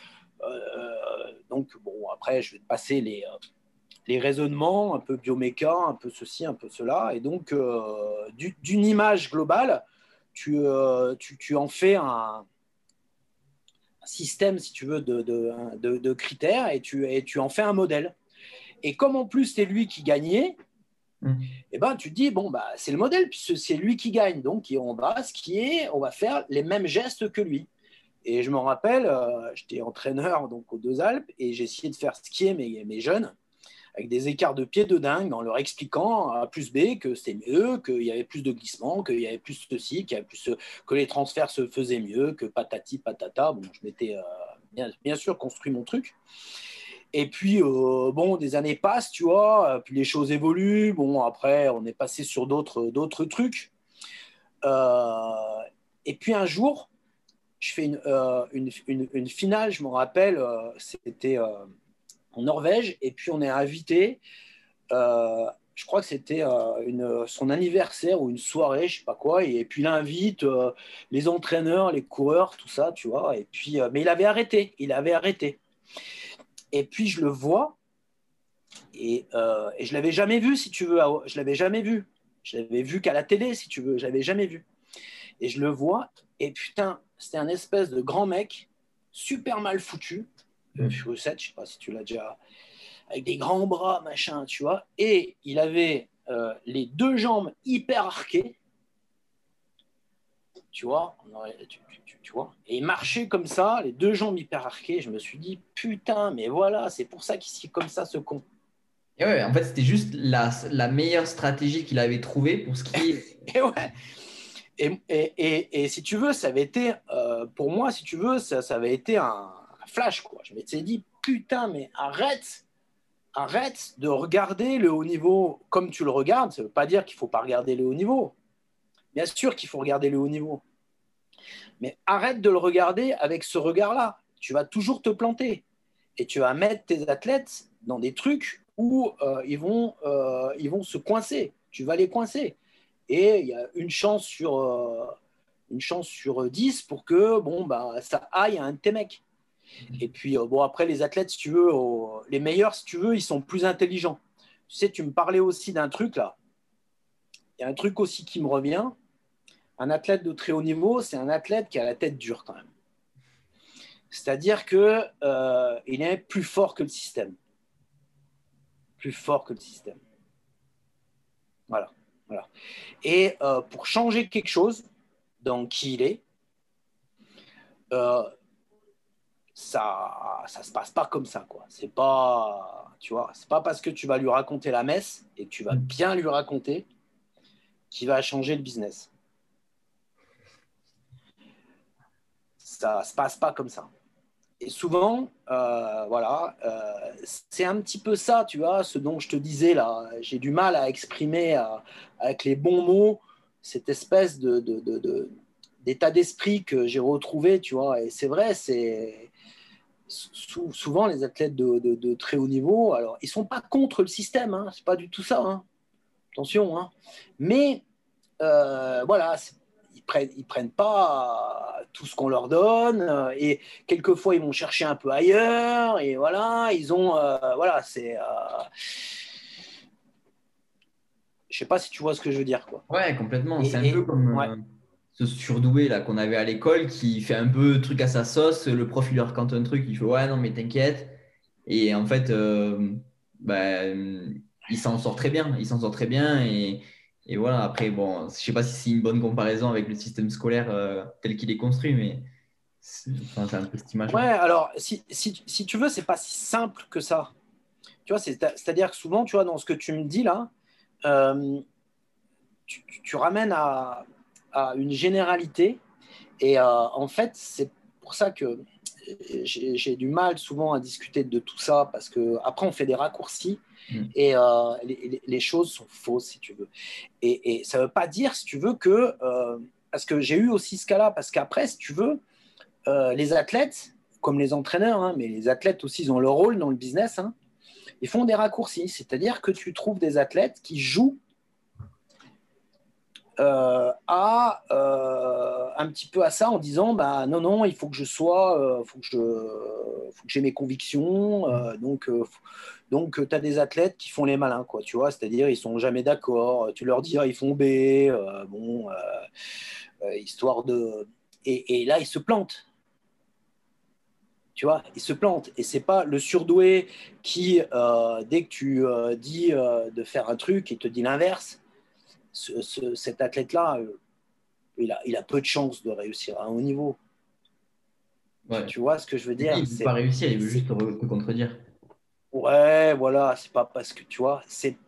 donc, bon, après, je vais te passer les raisonnements, un peu bioméca, un peu ceci, un peu cela, et donc, d'une image globale, tu en fais un système, si tu veux, de critères, et tu en fais un modèle. Et comme en plus, c'est lui qui gagnait, et ben, tu te dis, bon, bah, c'est le modèle, puisque c'est lui qui gagne. Donc, on va faire les mêmes gestes que lui. Et je me rappelle, j'étais entraîneur donc, aux Deux Alpes, et j'ai essayé de faire skier mes jeunes avec des écarts de pied de dingue, en leur expliquant A plus B que c'était mieux, qu'il y avait plus de glissement, qu'il y avait plus ceci, qu'il y avait plus que les transferts se faisaient mieux, que patati patata. Bon, je m'étais bien sûr construit mon truc. Et puis, bon, des années passent, tu vois, puis les choses évoluent. Bon, après, on est passé sur d'autres trucs. Et puis un jour, je fais une finale, je me rappelle, c'était en Norvège, et puis on est invité, je crois que c'était son anniversaire ou une soirée, je sais pas quoi, et puis il invite les entraîneurs, les coureurs, tout ça, tu vois, et puis, mais il avait arrêté. Et puis, je le vois, et je ne l'avais jamais vu, si tu veux. Je l'avais jamais vu. Je l'avais vu qu'à la télé, si tu veux. Je ne l'avais jamais vu. Et je le vois, et putain, c'était un espèce de grand mec, super mal foutu, Furuseth, je ne sais pas si tu l'as déjà, avec des grands bras, machin, tu vois. Et il avait les deux jambes hyper arquées, tu vois, tu vois. Et il marchait comme ça, les deux jambes hyper arquées. Je me suis dit, putain, mais voilà, c'est pour ça qu'il est comme ça, ce con. Et ouais, en fait, c'était juste la meilleure stratégie qu'il avait trouvée pour ce qui est. Et ouais. Et si tu veux, ça avait été, pour moi, si tu veux, ça avait été un flash, quoi. Je m'étais dit, putain, mais arrête de regarder le haut niveau comme tu le regardes. Ça ne veut pas dire qu'il ne faut pas regarder le haut niveau. Bien sûr qu'il faut regarder le haut niveau. Mais arrête de le regarder avec ce regard-là. Tu vas toujours te planter. Et tu vas mettre tes athlètes dans des trucs où ils vont se coincer. Tu vas les coincer. Et il y a une chance sur 10 pour que bon, bah, ça aille à un de tes mecs. Et puis, bon, après, les athlètes, si tu veux, les meilleurs, si tu veux, ils sont plus intelligents. Tu sais, tu me parlais aussi d'un truc là. Il y a un truc aussi qui me revient. Un athlète de très haut niveau, c'est un athlète qui a la tête dure quand même. C'est-à-dire qu'il est plus fort que le système. Plus fort que le système. Voilà. Voilà. Et pour changer quelque chose dans qui il est, ça se passe pas comme ça, quoi. C'est pas, tu vois, c'est pas parce que tu vas lui raconter la messe et que tu vas bien lui raconter qu'il va changer le business. Ça se passe pas comme ça. Et souvent, voilà, c'est un petit peu ça, tu vois, ce dont je te disais là. J'ai du mal à exprimer avec les bons mots cette espèce d'état d'esprit que j'ai retrouvé, tu vois. Et c'est vrai, c'est souvent les athlètes de très haut niveau, alors ils sont pas contre le système, hein, c'est pas du tout ça, hein, attention, hein, mais voilà, ils prennent pas tout ce qu'on leur donne, et quelquefois ils vont chercher un peu ailleurs, et voilà, ils ont, voilà, c'est, je sais pas si tu vois ce que je veux dire, quoi. Ouais, complètement. C'est un peu comme Ouais. ce surdoué là qu'on avait à l'école qui fait un peu truc à sa sauce. Le prof il lui raconte un truc, il fait ouais, non, mais t'inquiète. Et en fait, bah, il s'en sort très bien. Il s'en sort très bien. Et voilà, après, bon, je sais pas si c'est une bonne comparaison avec le système scolaire tel qu'il est construit, mais enfin, c'est un peu cette Ouais, image-là. alors si tu veux, c'est pas si simple que ça. Tu vois, c'est-à-dire que souvent, tu vois, dans ce que tu me dis là, euh, tu ramènes à une généralité. Et en fait, c'est pour ça que j'ai du mal souvent à discuter de tout ça, parce qu'après, on fait des raccourcis et les choses sont fausses, si tu veux. Et ça ne veut pas dire, si tu veux, que... parce que j'ai eu aussi ce cas-là, parce qu'après, si tu veux, les athlètes, comme les entraîneurs, hein, mais les athlètes aussi, ils ont leur rôle dans le business, hein, ils font des raccourcis. C'est-à-dire que tu trouves des athlètes qui jouent un petit peu à ça en disant bah non non il faut que je sois faut que j'ai mes convictions, donc tu as des athlètes qui font les malins, quoi, tu vois, c'est-à-dire ils sont jamais d'accord, tu leur dis ah, ils font B, histoire de et là ils se plantent, tu vois, ils se plantent. Et c'est pas le surdoué qui dès que tu dis de faire un truc, il te dit l'inverse. Cet athlète-là, il a peu de chances de réussir à un haut niveau. Ouais. Tu vois ce que je veux dire? Il ne veut pas réussir, il veut juste te contredire. Ouais, voilà, c'est pas parce que tu vois,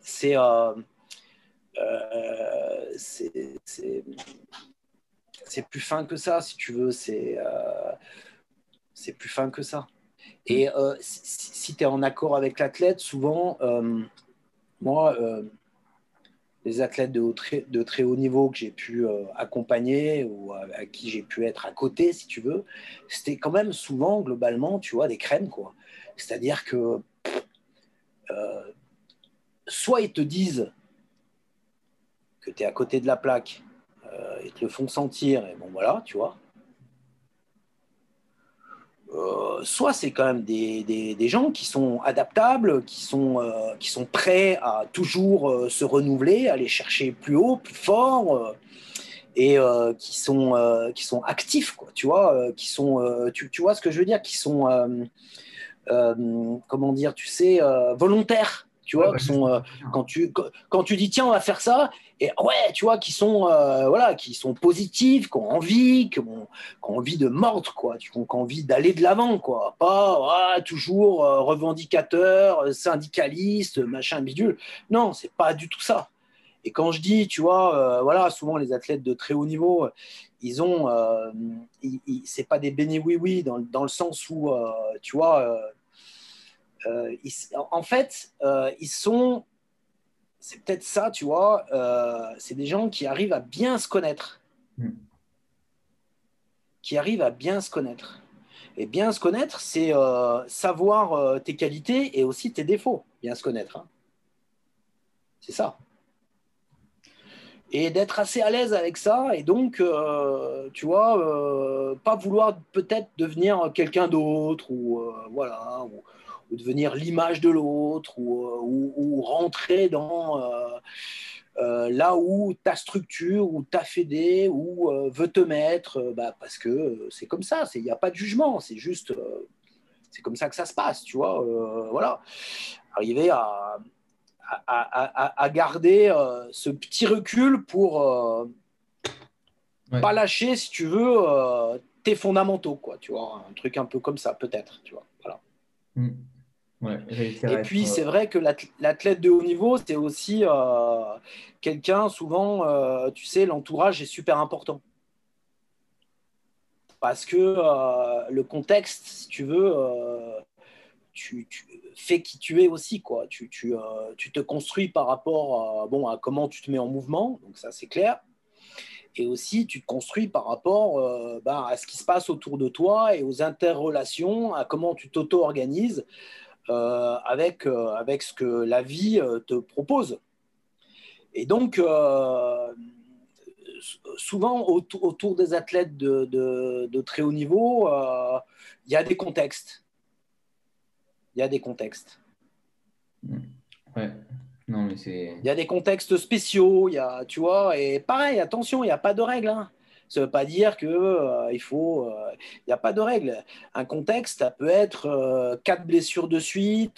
c'est plus fin que ça, si tu veux, c'est plus fin que ça. Et si tu es en accord avec l'athlète, souvent, moi, les athlètes de très haut niveau que j'ai pu accompagner ou à qui j'ai pu être à côté, si tu veux, c'était quand même souvent, globalement, tu vois, des crèmes, quoi. C'est-à-dire que soit ils te disent que tu es à côté de la plaque, ils te le font sentir, et bon, voilà, tu vois. soit c'est quand même des gens qui sont adaptables, qui sont prêts à toujours se renouveler, aller chercher plus haut, plus fort, et qui sont actifs, quoi, tu vois, tu vois ce que je veux dire, qui sont, comment dire, tu sais, volontaires, tu Ouais, vois, bah, qui c'est sont, ça. quand tu dis, tiens, on va faire ça, et ouais, tu vois, voilà, qui sont positifs, qui ont envie de mordre, quoi, qui ont envie d'aller de l'avant, quoi, pas toujours revendicateur, syndicaliste, machin, bidule. Non, c'est pas du tout ça. Et quand je dis, tu vois, voilà, souvent les athlètes de très haut niveau, ils ont, c'est pas des bénis oui-oui dans le sens où, tu vois, en fait, ils sont, c'est peut-être ça, tu vois, c'est des gens qui arrivent à bien se connaître, Mm. qui arrivent à bien se connaître. Et bien se connaître, c'est savoir tes qualités et aussi tes défauts. Bien se connaître, hein. C'est ça. Et d'être assez à l'aise avec ça et donc tu vois pas vouloir peut-être devenir quelqu'un d'autre ou voilà ou devenir l'image de l'autre ou rentrer dans là où ta structure ou ta fédé ou veut te mettre bah, parce que c'est comme ça, il n'y a pas de jugement, c'est juste c'est comme ça que ça se passe, tu vois, voilà, arriver à garder ce petit recul pour Ouais. pas lâcher, si tu veux, tes fondamentaux, quoi, tu vois, un truc un peu comme ça, peut-être, tu vois, voilà. Mm. Ouais, réussir Et à être. puis, c'est vrai que l'athlète de haut niveau, c'est aussi quelqu'un, souvent, tu sais, l'entourage est super important. Parce que le contexte, si tu veux, tu fais qui tu es aussi, quoi. Tu te construis par rapport bon, à comment tu te mets en mouvement, donc ça, c'est clair. Et aussi, tu te construis par rapport bah, à ce qui se passe autour de toi et aux interrelations, à comment tu t'auto-organises avec ce que la vie te propose. Et donc, souvent, autour des athlètes de très haut niveau, il y a des contextes. Il y a des contextes. Mm. Ouais. Non, mais c'est. Il y a des contextes spéciaux, tu vois, et pareil, attention, il n'y a pas de règle, hein. Ça ne veut pas dire que il faut. Il n'y a pas de règle. Un contexte, ça peut être 4 blessures de suite.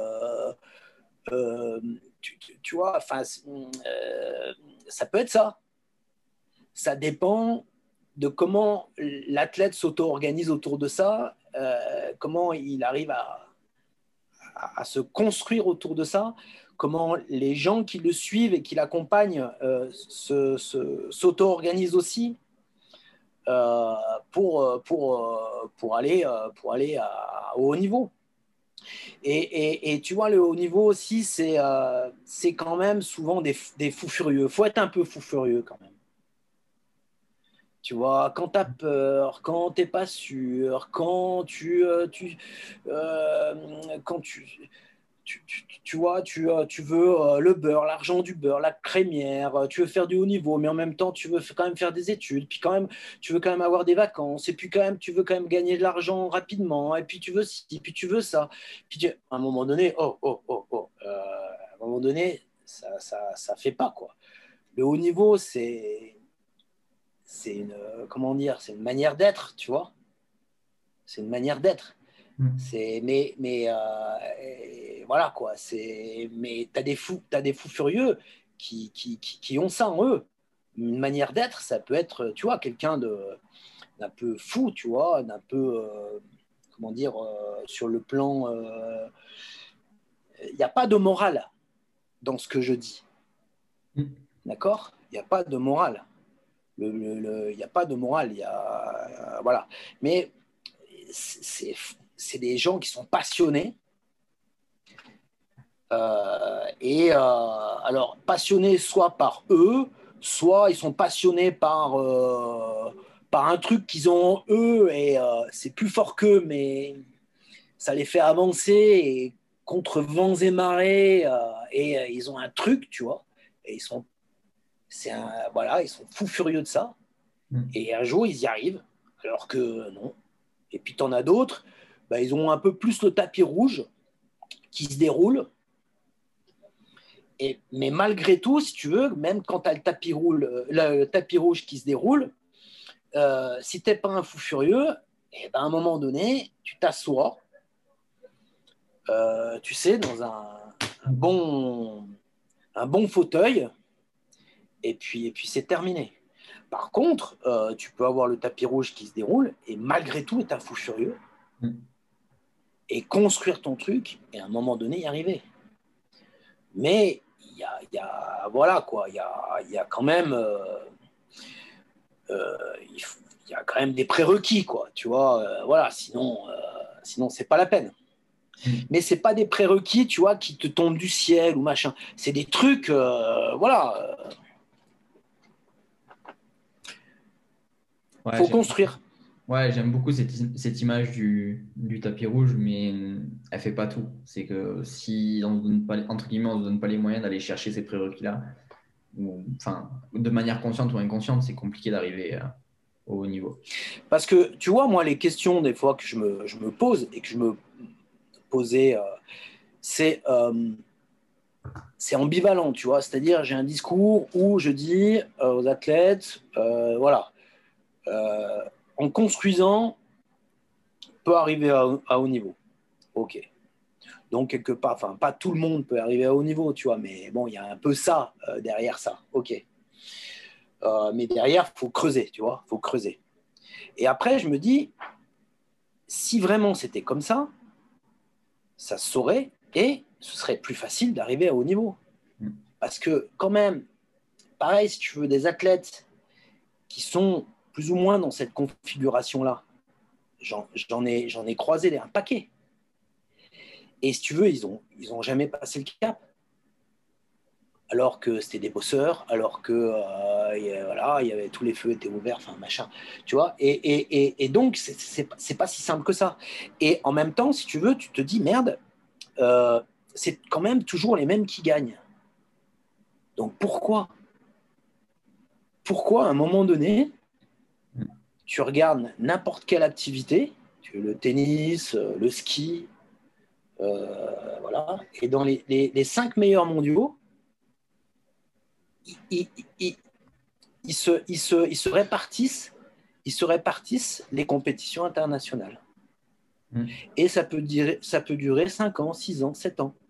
Euh, tu vois, enfin, ça peut être ça. Ça dépend de comment l'athlète s'auto-organise autour de ça, comment il arrive à se construire autour de ça, comment les gens qui le suivent et qui l'accompagnent s'auto-organisent aussi euh, pour aller à haut niveau. Et tu vois, le haut niveau aussi, c'est quand même souvent des fous furieux. Il faut être un peu fou furieux quand même. Tu vois, quand tu as peur, quand tu n'es pas sûr, quand tu vois, tu veux le beurre, l'argent du beurre, la crémière, tu veux faire du haut niveau, mais en même temps, tu veux quand même faire des études, puis quand même, tu veux quand même avoir des vacances, et puis quand même, tu veux quand même gagner de l'argent rapidement, et puis tu veux ci, puis tu veux ça. À un moment donné, à un moment donné, ça fait pas, quoi. Le haut niveau, c'est une, comment dire, c'est une manière d'être, tu vois. C'est une manière d'être. Mm. Voilà quoi. Mais t'as des fous furieux qui ont ça en eux. Une manière d'être, ça peut être, tu vois, quelqu'un d'un peu fou, tu vois, d'un peu, comment dire, sur le plan. Il n'y a pas de morale dans ce que je dis. Mm. D'accord. Il n'y a pas de morale. Il n'y a pas de morale. Voilà. Mais c'est des gens qui sont passionnés. Alors, passionnés soit par eux, soit ils sont passionnés par un truc qu'ils ont eux et c'est plus fort qu'eux, mais ça les fait avancer et contre vents et marées et ils ont un truc, tu vois, et voilà, ils sont fous furieux de ça Mm. et un jour ils y arrivent, alors que non. Et puis, tu en as d'autres, bah, ils ont un peu plus le tapis rouge qui se déroule. Mais malgré tout, si tu veux, même quand tu as le tapis rouge qui se déroule, si tu n'es pas un fou furieux, et ben à un moment donné, tu t'assois, tu sais, dans un bon fauteuil, et puis c'est terminé. Par contre, tu peux avoir le tapis rouge qui se déroule, et malgré tout, être un fou furieux, et construire ton truc, et à un moment donné, y arriver. Mais voilà quoi, il y a quand même il y a quand même des prérequis quoi, tu vois, voilà, sinon c'est pas la peine. Mais c'est pas des prérequis, tu vois, qui te tombent du ciel ou machin, c'est des trucs voilà, Ouais, faut construire. Ouais, j'aime beaucoup cette image du tapis rouge, mais elle fait pas tout. C'est que si on ne donne pas, entre guillemets, on ne donne pas les moyens d'aller chercher ces prérequis-là, enfin, de manière consciente ou inconsciente, c'est compliqué d'arriver au haut niveau. Parce que tu vois, moi, les questions des fois que je me pose et que je me posais, c'est ambivalent, tu vois. C'est-à-dire, j'ai un discours où je dis aux athlètes, voilà, en construisant, peut arriver à haut niveau. Ok. Donc, quelque part, enfin, pas tout le monde peut arriver à haut niveau, tu vois, mais bon, il y a un peu ça derrière ça. Ok. Mais derrière, il faut creuser, tu vois, il faut creuser. Et après, je me dis, si vraiment c'était comme ça se saurait et ce serait plus facile d'arriver à haut niveau. Parce que, quand même, pareil, si tu veux, des athlètes qui sont plus ou moins dans cette configuration-là, j'en ai croisé un paquet. Et si tu veux, ils ont jamais passé le cap. Alors que c'était des bosseurs, alors que voilà, il y avait tous les feux étaient ouverts, enfin machin, tu vois. Et donc c'est pas si simple que ça. Et en même temps, si tu veux, tu te dis merde, c'est quand même toujours les mêmes qui gagnent. Donc pourquoi à un moment donné, tu regardes n'importe quelle activité, le tennis, le ski, voilà, et dans les 5 meilleurs mondiaux, ils se répartissent les compétitions internationales. Et ça peut durer 5 ans, 6 ans, 7 ans.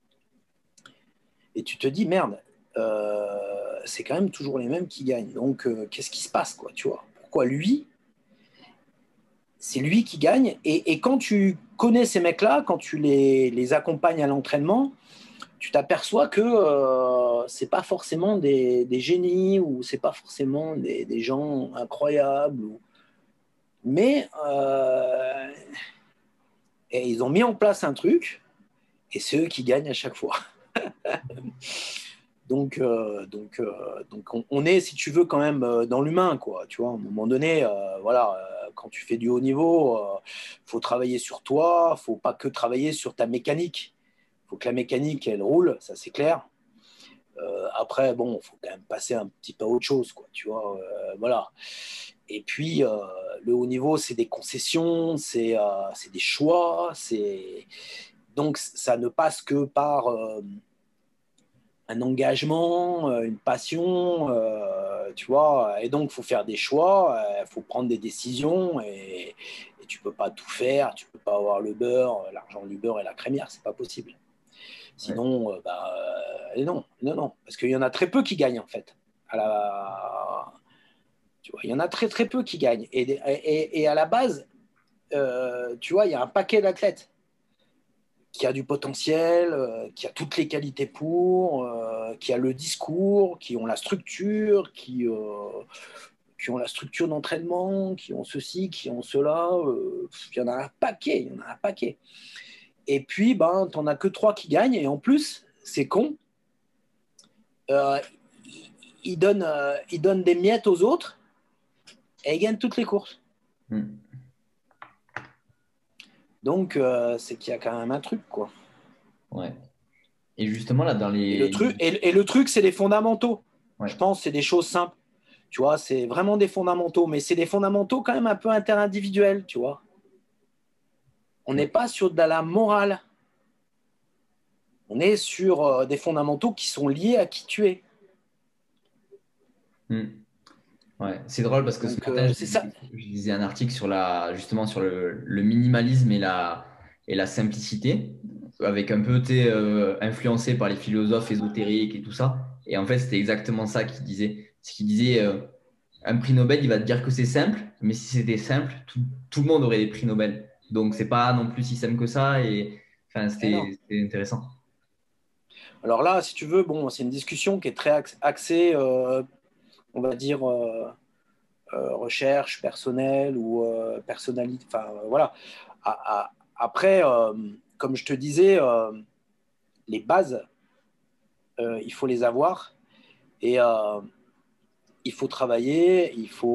Et tu te dis, merde, c'est quand même toujours les mêmes qui gagnent. Donc, qu'est-ce qui se passe, quoi, tu vois? Pourquoi lui, c'est lui qui gagne? Et quand tu connais ces mecs-là, quand tu les accompagnes à l'entraînement, tu t'aperçois que c'est pas forcément des génies ou c'est pas forcément des gens incroyables. Mais et ils ont mis en place un truc et c'est eux qui gagnent à chaque fois. donc on est, si tu veux, quand même dans l'humain, quoi. Tu vois, à un moment donné, voilà, quand tu fais du haut niveau, faut travailler sur toi, faut pas que travailler sur ta mécanique. Faut que la mécanique, elle roule, ça c'est clair. Après, bon, faut quand même passer un petit peu à autre chose, quoi. Tu vois, voilà. Et puis, le haut niveau, c'est des concessions, c'est des choix, donc ça ne passe que par un engagement, une passion, tu vois. Et donc, il faut faire des choix, il faut prendre des décisions et tu ne peux pas tout faire, tu ne peux pas avoir le beurre, l'argent du beurre et la crémière, c'est pas possible. Sinon, non. Parce qu'il y en a très peu qui gagnent, en fait. Tu vois, il y en a très, très peu qui gagnent. Et à la base, tu vois, il y a un paquet d'athlètes qui a du potentiel, qui a toutes les qualités pour, qui a le discours, qui ont la structure, qui ont la structure d'entraînement, qui ont ceci, qui ont cela. Il y en a un paquet, Et puis, ben, tu n'en as que 3 qui gagnent. Et en plus, c'est con, ils donnent des miettes aux autres et ils gagnent toutes les courses. Donc, c'est qu'il y a quand même un truc, quoi. Ouais. Et justement, là, dans les... Et le truc, c'est les fondamentaux. Ouais. Je pense que c'est des choses simples. Tu vois, c'est vraiment des fondamentaux. Mais c'est des fondamentaux quand même un peu interindividuels, tu vois. On n'est pas sur de la morale. On est sur des fondamentaux qui sont liés à qui tu es. Ouais, c'est drôle parce que Donc, ce matin, c'est ça. je lisais un article justement sur le minimalisme et la simplicité, avec un peu influencé par les philosophes ésotériques et tout ça. Et en fait, c'était exactement ça qu'il disait. C'est qu'il disait un prix Nobel, il va te dire que c'est simple, mais si c'était simple, tout le monde aurait des prix Nobel. Donc, c'est pas non plus si simple que ça. Et enfin, c'était intéressant. Alors là, si tu veux, bon, c'est une discussion qui est très axée, on va dire, recherche personnelle ou personnalité. Enfin, voilà. Après, comme je te disais, les bases, il faut les avoir et il faut travailler,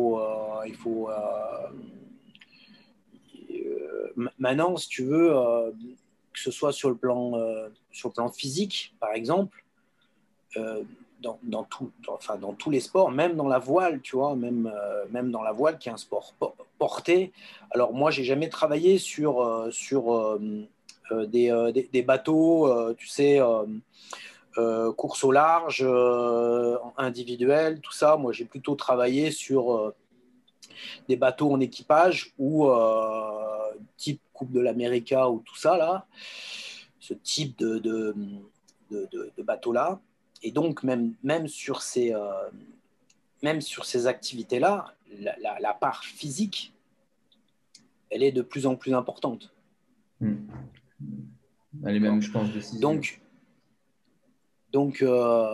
maintenant, si tu veux, que ce soit sur le plan physique, par exemple, dans tous les sports, même dans la voile, tu vois, même dans la voile qui est un sport porté. Alors moi, j'ai jamais travaillé sur des bateaux, tu sais, course au large, individuel, tout ça. Moi, j'ai plutôt travaillé sur des bateaux en équipage ou type Coupe de l'América ou tout ça, là, ce type de bateau-là. Et donc, même sur ces activités-là, la part physique, elle est de plus en plus importante. Elle est même, je pense, décisive. Donc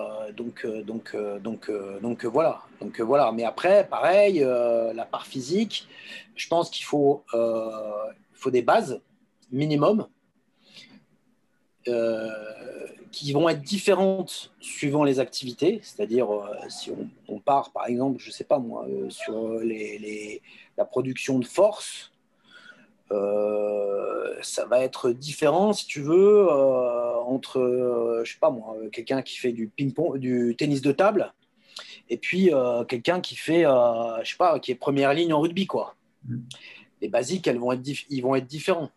voilà. Mais après, pareil, la part physique, je pense qu'il faut des bases minimum qui vont être différentes suivant les activités. C'est-à-dire, si on part, par exemple, je ne sais pas moi, sur la production de force, ça va être différent, si tu veux, entre, je sais pas moi, quelqu'un qui fait du ping-pong, du tennis de table, et puis quelqu'un qui fait, je sais pas, qui est première ligne en rugby, quoi. Les basiques, ils vont être différents.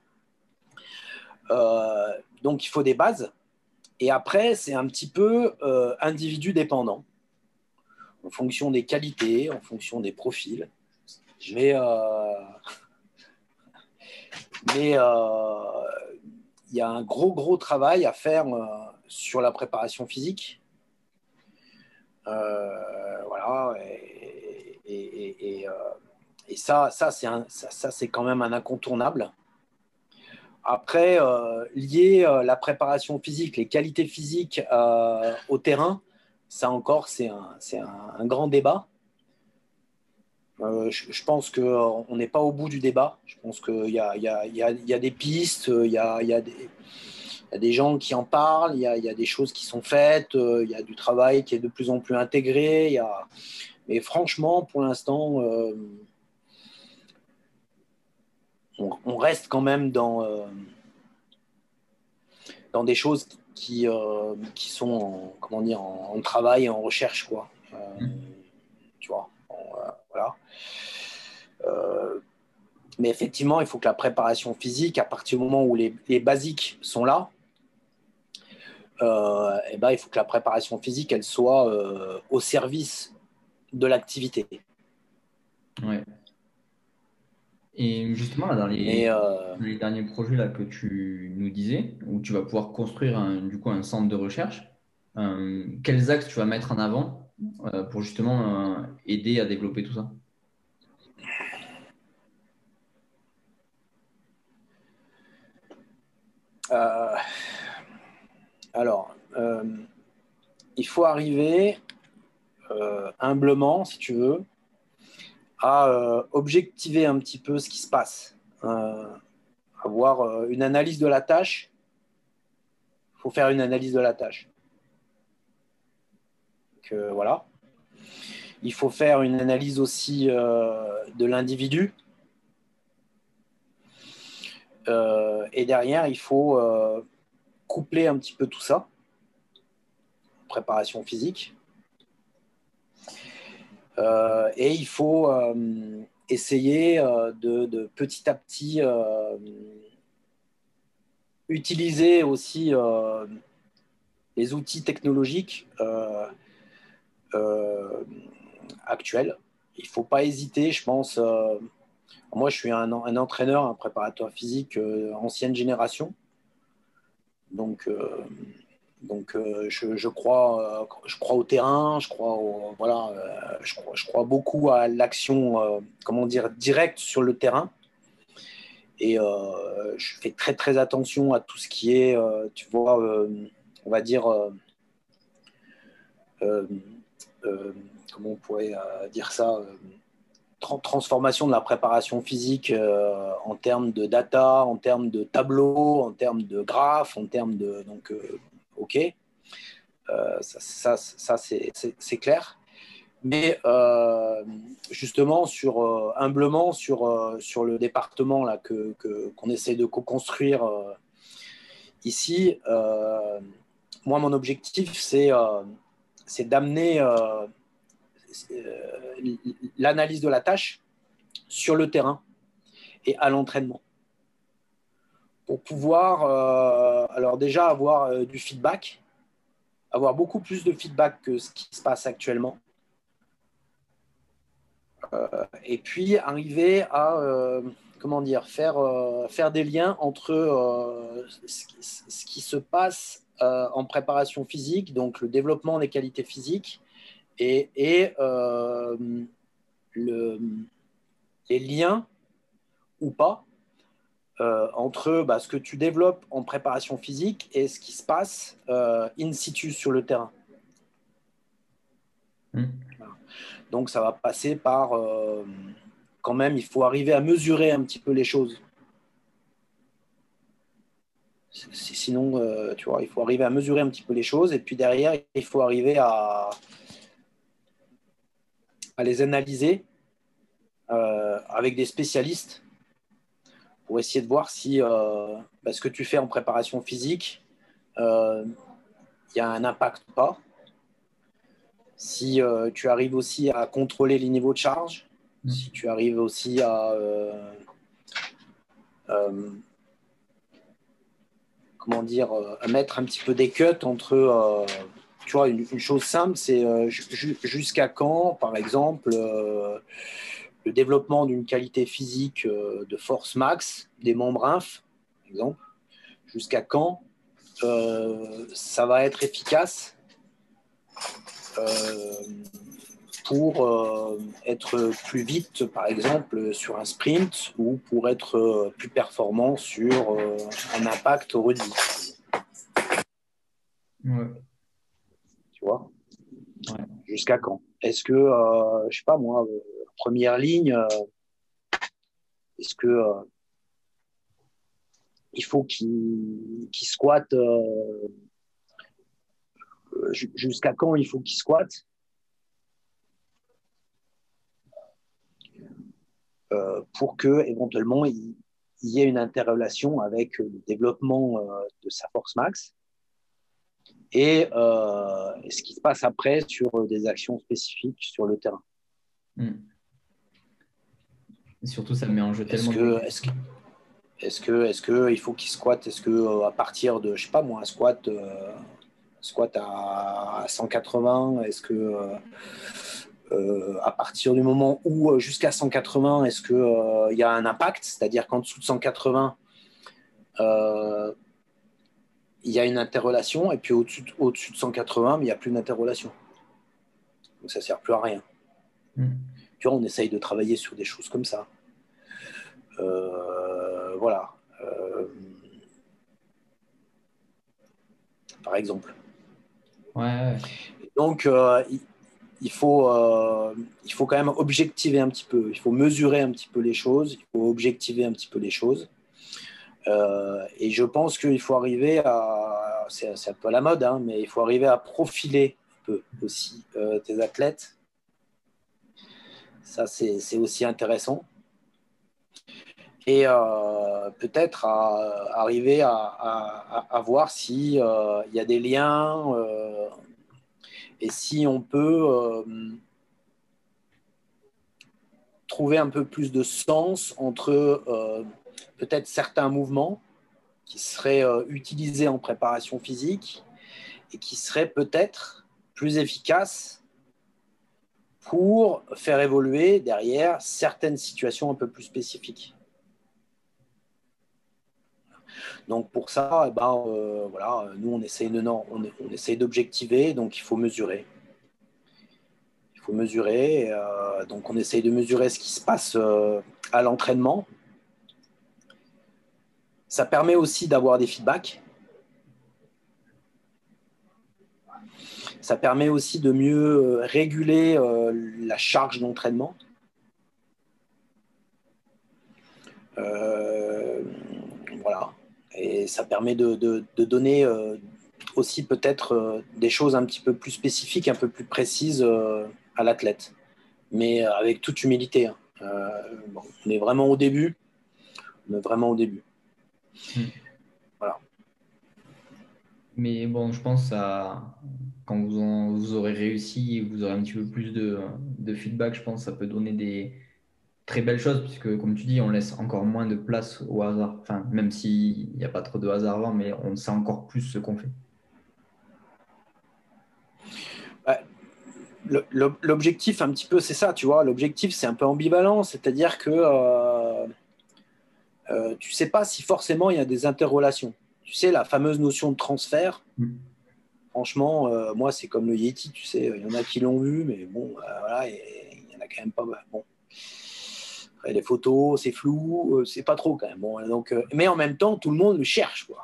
Donc, il faut des bases. Et après, c'est un petit peu individu dépendant, en fonction des qualités, en fonction des profils. Mais il y a un gros travail à faire sur la préparation physique. Voilà. Et ça c'est quand même un incontournable. Après, lier la préparation physique, les qualités physiques au terrain, ça encore, c'est un grand débat. Je pense qu'on n'est pas au bout du débat. Je pense qu'il y a des pistes, il y a des gens qui en parlent, il y a des choses qui sont faites, il y a du travail qui est de plus en plus intégré. Mais franchement, pour l'instant, on reste quand même dans des choses qui sont en travail et en recherche, quoi. Tu vois, voilà. Mais effectivement, il faut que la préparation physique, à partir du moment où les basiques sont là, il faut que la préparation physique, elle soit au service de l'activité. Ouais. Et justement, là, dans les derniers projets là, que tu nous disais, où tu vas pouvoir construire un centre de recherche, quels axes tu vas mettre en avant pour justement aider à développer tout ça? Alors, il faut arriver humblement, si tu veux, à objectiver un petit peu ce qui se passe, avoir une analyse de la tâche. Il faut faire une analyse de la tâche. Donc, voilà. Il faut faire une analyse aussi de l'individu. Et derrière, il faut coupler un petit peu tout ça. Préparation physique. Et il faut essayer de petit à petit utiliser aussi les outils technologiques actuels. Il ne faut pas hésiter, je pense. Moi, je suis un entraîneur, un préparateur physique ancienne génération. Donc, je crois au terrain, je crois beaucoup à l'action, comment dire, directe sur le terrain. Et je fais très très attention à tout ce qui est, tu vois, on va dire, comment on pourrait dire ça, transformation de la préparation physique en termes de data, en termes de tableaux, en termes de graphes, en termes de... Donc, OK, ça c'est clair. Mais justement, humblement, sur le département là, qu'on essaie de co-construire ici, moi, mon objectif, c'est d'amener l'analyse de la tâche sur le terrain et à l'entraînement. Pour pouvoir, alors déjà, avoir du feedback, avoir beaucoup plus de feedback que ce qui se passe actuellement. Et puis arriver à comment dire, faire des liens entre ce qui se passe en préparation physique, donc le développement des qualités physiques, et les liens ou pas entre ce que tu développes en préparation physique et ce qui se passe in situ sur le terrain. Voilà. Donc ça va passer par quand même, il faut arriver à mesurer un petit peu les choses. Sinon, tu vois, il faut arriver à mesurer un petit peu les choses et puis derrière, il faut arriver à les analyser avec des spécialistes pour essayer de voir si ce que tu fais en préparation physique, il y a un impact ou pas. Si tu arrives aussi à contrôler les niveaux de charge, si tu arrives aussi à comment dire, à mettre un petit peu des cuts entre, tu vois, une chose simple, c'est jusqu'à quand, par exemple, le développement d'une qualité physique de force max des membres inf, par exemple, jusqu'à quand ça va être efficace pour être plus vite, par exemple, sur un sprint ou pour être plus performant sur un impact au rugby. Ouais. Tu vois, ouais. Jusqu'à quand? Est-ce que, je sais pas moi, première ligne, est-ce que il faut qu'il squatte jusqu'à quand il faut qu'il squatte pour que éventuellement il y ait une interrelation avec le développement de sa force max et ce qui se passe après sur des actions spécifiques sur le terrain. Et surtout, ça met en jeu tellement est-ce que il faut qu'il squatte? Est-ce que à partir de, je sais pas moi, un squat à 180, est-ce que à partir du moment où jusqu'à 180, est-ce que y a un impact? C'est-à-dire qu'en dessous de 180, il y a une interrelation, et puis au-dessus de 180, il n'y a plus d'interrelation. Donc ça ne sert plus à rien. Tu vois, on essaye de travailler sur des choses comme ça. Voilà. Par exemple. Ouais. Donc, il faut quand même objectiver un petit peu. Il faut mesurer un petit peu les choses. Il faut objectiver un petit peu les choses. Et je pense qu'il faut arriver à... C'est un peu à la mode, hein, mais il faut arriver à profiler un peu aussi tes athlètes. Ça, c'est aussi intéressant. Et peut-être à arriver à voir s'il y a des liens et si on peut trouver un peu plus de sens entre peut-être certains mouvements qui seraient utilisés en préparation physique et qui seraient peut-être plus efficaces pour faire évoluer derrière certaines situations un peu plus spécifiques. Donc pour ça, eh ben, voilà, nous on essaye d'objectiver, donc il faut mesurer. Il faut mesurer, donc on essaye de mesurer ce qui se passe à l'entraînement. Ça permet aussi d'avoir des feedbacks. Ça permet aussi de mieux réguler la charge d'entraînement. Voilà. Et ça permet de donner aussi peut-être des choses un petit peu plus spécifiques, un peu plus précises à l'athlète. Mais avec toute humilité. Hein. Bon, on est vraiment au début. On est vraiment au début. Voilà. Mais bon, je pense à quand vous aurez réussi et vous aurez un petit peu plus de feedback, je pense que ça peut donner des très belles choses, puisque comme tu dis, on laisse encore moins de place au hasard. Enfin, même s'il n'y a pas trop de hasard avant, mais on sait encore plus ce qu'on fait. L'objectif, un petit peu, c'est ça, tu vois. L'objectif, c'est un peu ambivalent, c'est-à-dire que tu ne sais pas si forcément il y a des interrelations. Tu sais, la fameuse notion de transfert, franchement, moi, c'est comme le Yeti, tu sais, il y en a qui l'ont vu, mais bon, voilà, il y en a quand même pas. Bon. Après, les photos, c'est flou, c'est pas trop quand même. Bon, donc, mais en même temps, tout le monde le cherche, quoi.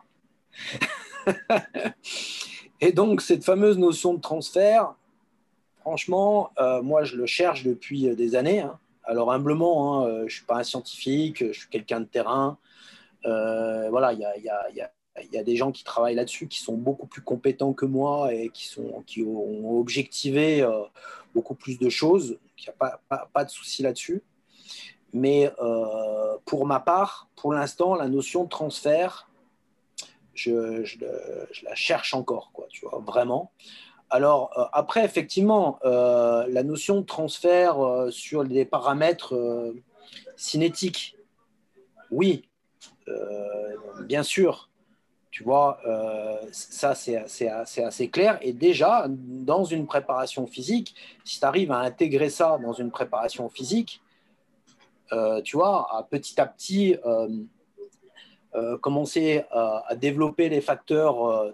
Et donc, cette fameuse notion de transfert, franchement, moi, je le cherche depuis des années. Hein. Alors, humblement, hein, je ne suis pas un scientifique, je suis quelqu'un de terrain. Voilà, il y a des gens qui travaillent là-dessus, qui sont beaucoup plus compétents que moi et qui ont objectivé beaucoup plus de choses. Il n'y a pas de souci là-dessus. Mais pour ma part, pour l'instant, la notion de transfert, je la cherche encore, quoi, tu vois, vraiment. Alors, après, effectivement, la notion de transfert sur des paramètres cinétiques, oui, bien sûr, tu vois, ça, c'est assez clair. Et déjà, dans une préparation physique, si tu arrives à intégrer ça dans une préparation physique, tu vois, petit à petit, commencer à développer les facteurs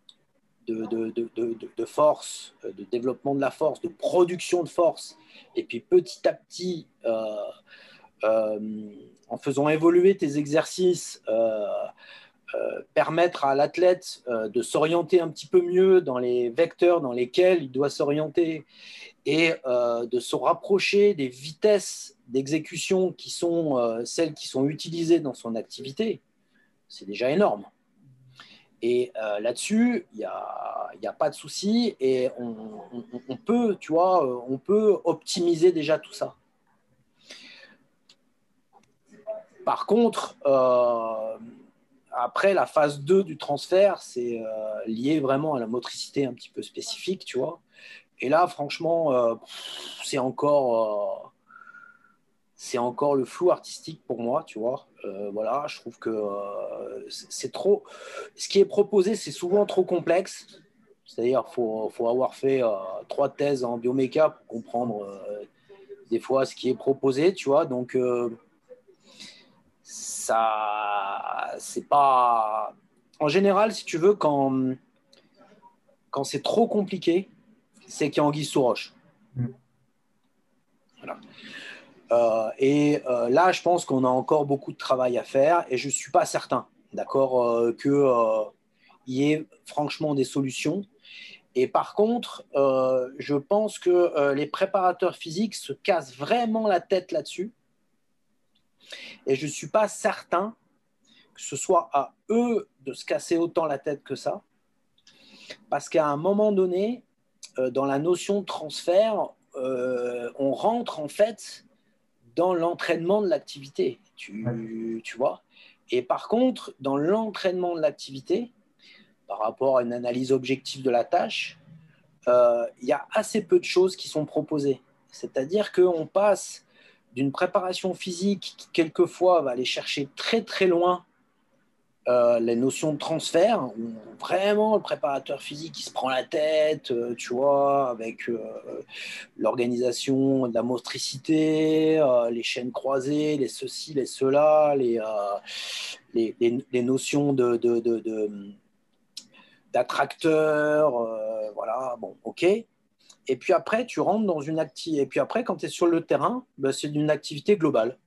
de force, de développement de la force, de production de force, et puis petit à petit, en faisant évoluer tes exercices, permettre à l'athlète de s'orienter un petit peu mieux dans les vecteurs dans lesquels il doit s'orienter et de se rapprocher des vitesses d'exécution qui sont celles qui sont utilisées dans son activité, c'est déjà énorme. Et là-dessus, il n'y a pas de souci et on peut, tu vois, on peut optimiser déjà tout ça. Par contre, après, la phase 2 du transfert, c'est lié vraiment à la motricité un petit peu spécifique, tu vois. Et là, franchement, c'est encore le flou artistique pour moi, tu vois. Voilà, je trouve que c'est trop. Ce qui est proposé, c'est souvent trop complexe. C'est-à-dire qu'il faut avoir fait 3 thèses en bioméca pour comprendre des fois ce qui est proposé, tu vois. Donc, ça, c'est pas. En général, si tu veux, quand c'est trop compliqué, c'est qu'il y a anguille sous roche. Voilà. Et là, je pense qu'on a encore beaucoup de travail à faire et je ne suis pas certain, d'accord, qu'il y ait franchement des solutions. Et par contre, je pense que les préparateurs physiques se cassent vraiment la tête là-dessus. Et je ne suis pas certain que ce soit à eux de se casser autant la tête que ça. Parce qu'à un moment donné, dans la notion de transfert, on rentre en fait dans l'entraînement de l'activité, tu vois. Et par contre, dans l'entraînement de l'activité, par rapport à une analyse objective de la tâche, il y a assez peu de choses qui sont proposées. C'est-à-dire qu'on passe d'une préparation physique qui, quelquefois, va aller chercher très, très loin les notions de transfert, où vraiment le préparateur physique il se prend la tête, tu vois, avec l'organisation de la motricité, les chaînes croisées, les ceci, les cela, les notions d'attracteurs, voilà, bon, ok. Et puis après, tu rentres dans une activité. Et puis après, quand tu es sur le terrain, ben, c'est une activité globale.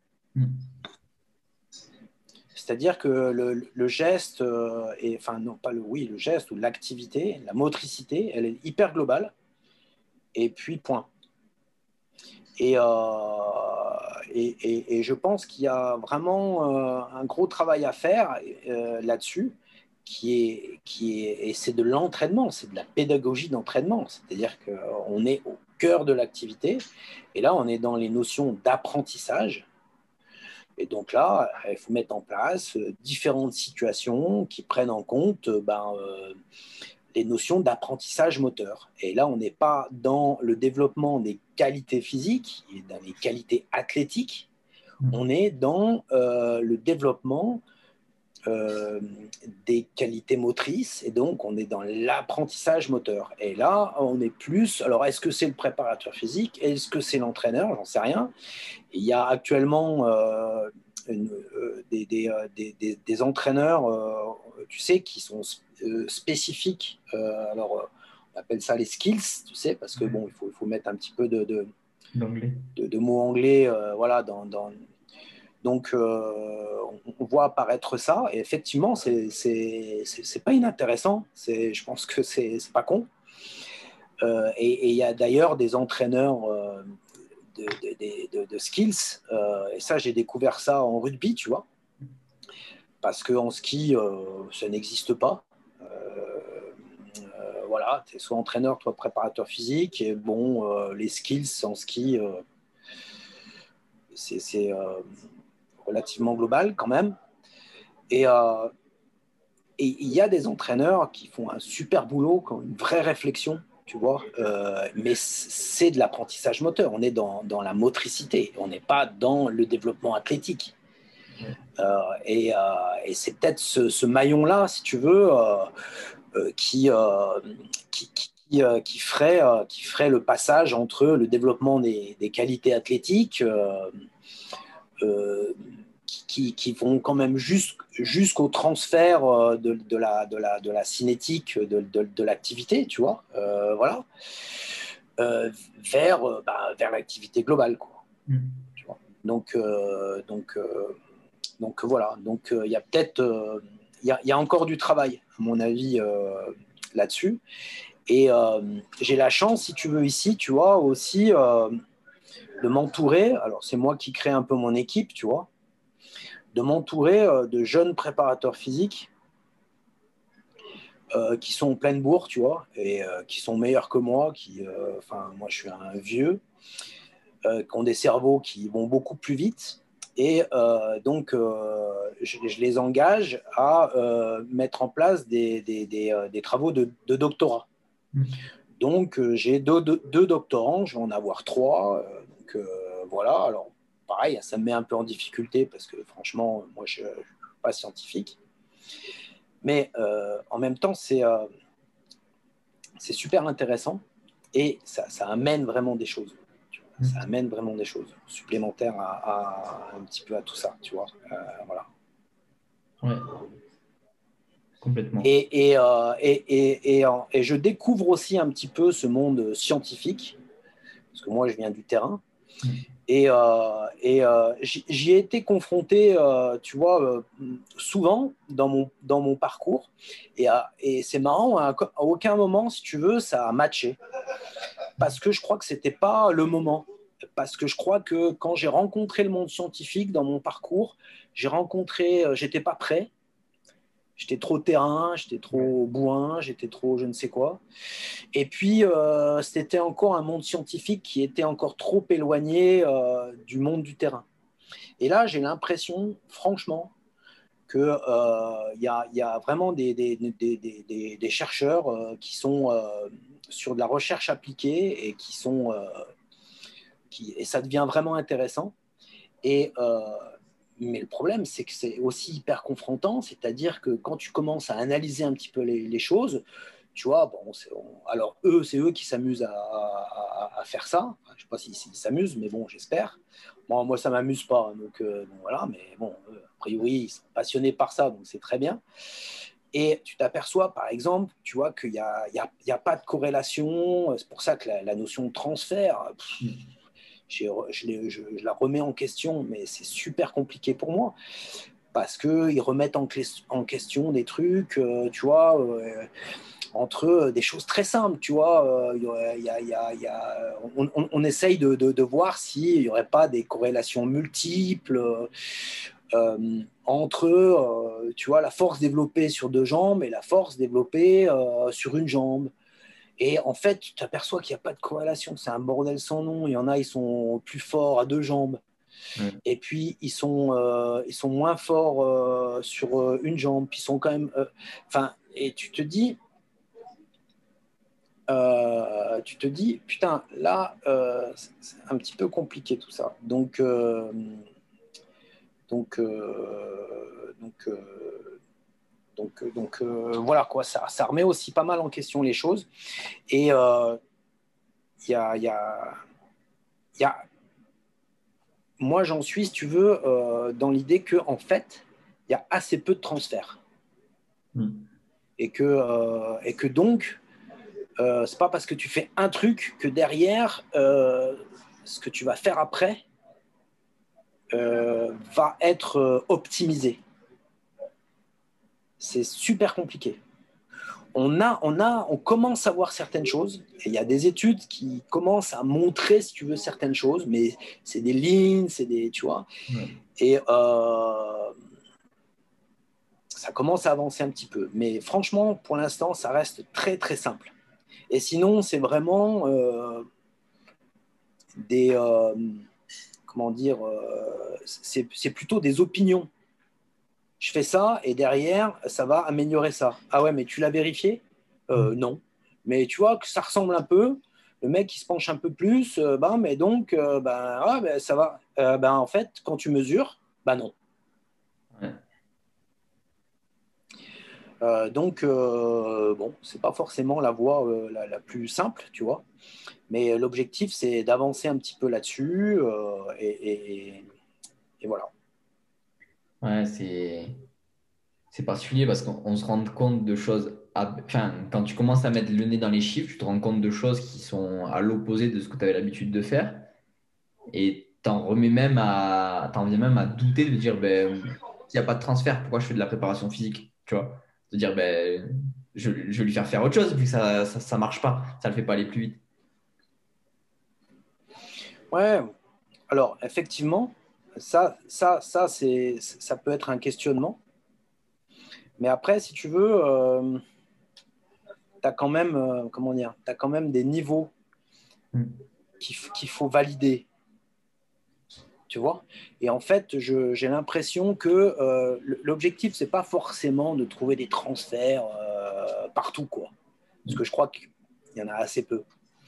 C'est-à-dire que le geste, enfin non pas le geste ou l'activité, la motricité, elle est hyper globale. Et puis point. Et je pense qu'il y a vraiment un gros travail à faire là-dessus, et c'est de l'entraînement, c'est de la pédagogie d'entraînement. C'est-à-dire qu'on est au cœur de l'activité, et là on est dans les notions d'apprentissage. Et donc là, il faut mettre en place différentes situations qui prennent en compte les notions d'apprentissage moteur. Et là, on n'est pas dans le développement des qualités physiques et dans les qualités athlétiques, on est dans le développement des qualités motrices, et donc on est dans l'apprentissage moteur. Et là, on est plus... Alors, est-ce que c'est le préparateur physique? Est-ce que c'est l'entraîneur? J'en sais rien. Il y a actuellement des entraîneurs, tu sais, qui sont spécifiques. Alors, on appelle ça les skills, tu sais, parce que bon, il faut mettre un petit peu de mots anglais, voilà, donc, on voit apparaître ça, et effectivement, c'est pas inintéressant. Je pense que c'est pas con. Et il y a d'ailleurs des entraîneurs de skills, et ça, j'ai découvert ça en rugby, tu vois, parce qu'en ski, ça n'existe pas. Voilà, tu es soit entraîneur, soit préparateur physique, et bon, les skills en ski, c'est relativement global quand même. Et il y a des entraîneurs qui font un super boulot, qui ont une vraie réflexion, tu vois, mais c'est de l'apprentissage moteur. On est dans la motricité, on n'est pas dans le développement athlétique. Et c'est peut-être ce maillon-là, si tu veux, qui ferait le passage entre le développement des qualités athlétiques, qui vont quand même jusqu'au transfert de la cinétique de l'activité, tu vois, voilà, vers l'activité globale, quoi. Tu vois. Donc voilà, donc il y a peut-être, il y a encore du travail, à mon avis, là-dessus. Et j'ai la chance, si tu veux, ici, tu vois, aussi de m'entourer. Alors, c'est moi qui crée un peu mon équipe, tu vois, de m'entourer de jeunes préparateurs physiques qui sont en pleine bourre, tu vois, et qui sont meilleurs que moi. Enfin, moi, je suis un vieux, qui ont des cerveaux qui vont beaucoup plus vite. Et donc, je les engage à mettre en place des travaux de doctorat. Donc, j'ai deux doctorants, je vais en avoir 3. Donc, voilà. Alors, pareil, ça me met un peu en difficulté parce que, franchement, moi, je ne suis pas scientifique. Mais en même temps, c'est super intéressant, et ça amène vraiment des choses. Ça amène vraiment des choses supplémentaires un petit peu à tout ça, tu vois. Voilà. Ouais. Complètement. Et je découvre aussi un petit peu ce monde scientifique, parce que moi, je viens du terrain. Et j'y ai été confronté, tu vois, souvent dans mon parcours. Et c'est marrant, à aucun moment, si tu veux, ça a matché. Parce que je crois que ce n'était pas le moment. Parce que je crois que quand j'ai rencontré le monde scientifique dans mon parcours, j'étais pas prêt. J'étais trop terrain, j'étais trop bourrin, j'étais trop je ne sais quoi. Et puis, c'était encore un monde scientifique qui était encore trop éloigné du monde du terrain. Et là, j'ai l'impression, franchement, qu'il y a vraiment des chercheurs qui sont sur de la recherche appliquée, et et ça devient vraiment intéressant. Et mais le problème, c'est que c'est aussi hyper confrontant, c'est-à-dire que quand tu commences à analyser un petit peu les choses, tu vois, bon, alors eux, c'est eux qui s'amusent à faire ça. Enfin, je ne sais pas s'ils s'amusent, mais bon, j'espère. Bon, moi, ça ne m'amuse pas, donc bon, voilà, mais bon, a priori, ils sont passionnés par ça, donc c'est très bien. Et tu t'aperçois, par exemple, tu vois qu'il n'y a pas de corrélation. C'est pour ça que la notion de transfert, je la remets en question, mais c'est super compliqué pour moi parce qu'ils remettent en question des trucs, tu vois, entre des choses très simples, tu vois. On essaye de voir s'il n'y aurait pas des corrélations multiples entre, tu vois, la force développée sur 2 jambes et la force développée sur une jambe. Et en fait, tu t'aperçois qu'il n'y a pas de corrélation. C'est un bordel sans nom. Il y en a, ils sont plus forts à 2 jambes. Ouais. Et puis, ils sont moins forts sur une jambe. Puis, ils sont quand même... Enfin, et tu te dis, putain, là, c'est un petit peu compliqué tout ça. Donc, voilà, quoi. Ça remet aussi pas mal en question les choses. Et il y a, y a, y a moi, j'en suis, si tu veux, dans l'idée qu'en fait, il y a assez peu de transferts. Et que donc, c'est pas parce que tu fais un truc que derrière, ce que tu vas faire après va être optimisé. C'est super compliqué. On commence à voir certaines choses. Et il y a des études qui commencent à montrer, si tu veux, certaines choses, mais c'est des lignes, c'est des, tu vois. Ouais. Et ça commence à avancer un petit peu. Mais franchement, pour l'instant, ça reste très, très simple. Et sinon, c'est vraiment des... comment dire c'est plutôt des opinions. Je fais ça et derrière, ça va améliorer ça. Ah ouais, mais tu l'as vérifié Non. Mais tu vois que ça ressemble un peu. Le mec, il se penche un peu plus. Mais donc, ça va. En fait, quand tu mesures, non. Ouais. Donc, bon, c'est pas forcément la voie la plus simple, tu vois. Mais l'objectif, c'est d'avancer un petit peu là-dessus. Et voilà. Ouais, c'est particulier parce qu'on se rend compte de choses. Enfin, quand tu commences à mettre le nez dans les chiffres, tu te rends compte de choses qui sont à l'opposé de ce que tu avais l'habitude de faire. Et t'en viens même à douter de dire, s'il n'y a pas de transfert, pourquoi je fais de la préparation physique? Tu vois? De dire, je vais lui faire autre chose vu que ça marche pas. Ça ne le fait pas aller plus vite. Ouais, alors effectivement, ça peut être un questionnement. Mais après, si tu veux, tu as quand même, comment dire, t'as quand même des niveaux qu'il faut valider. Tu vois? Et en fait, j'ai l'impression que l'objectif, c'est pas forcément de trouver des transferts partout, quoi. Parce que je crois qu'il y en a assez peu.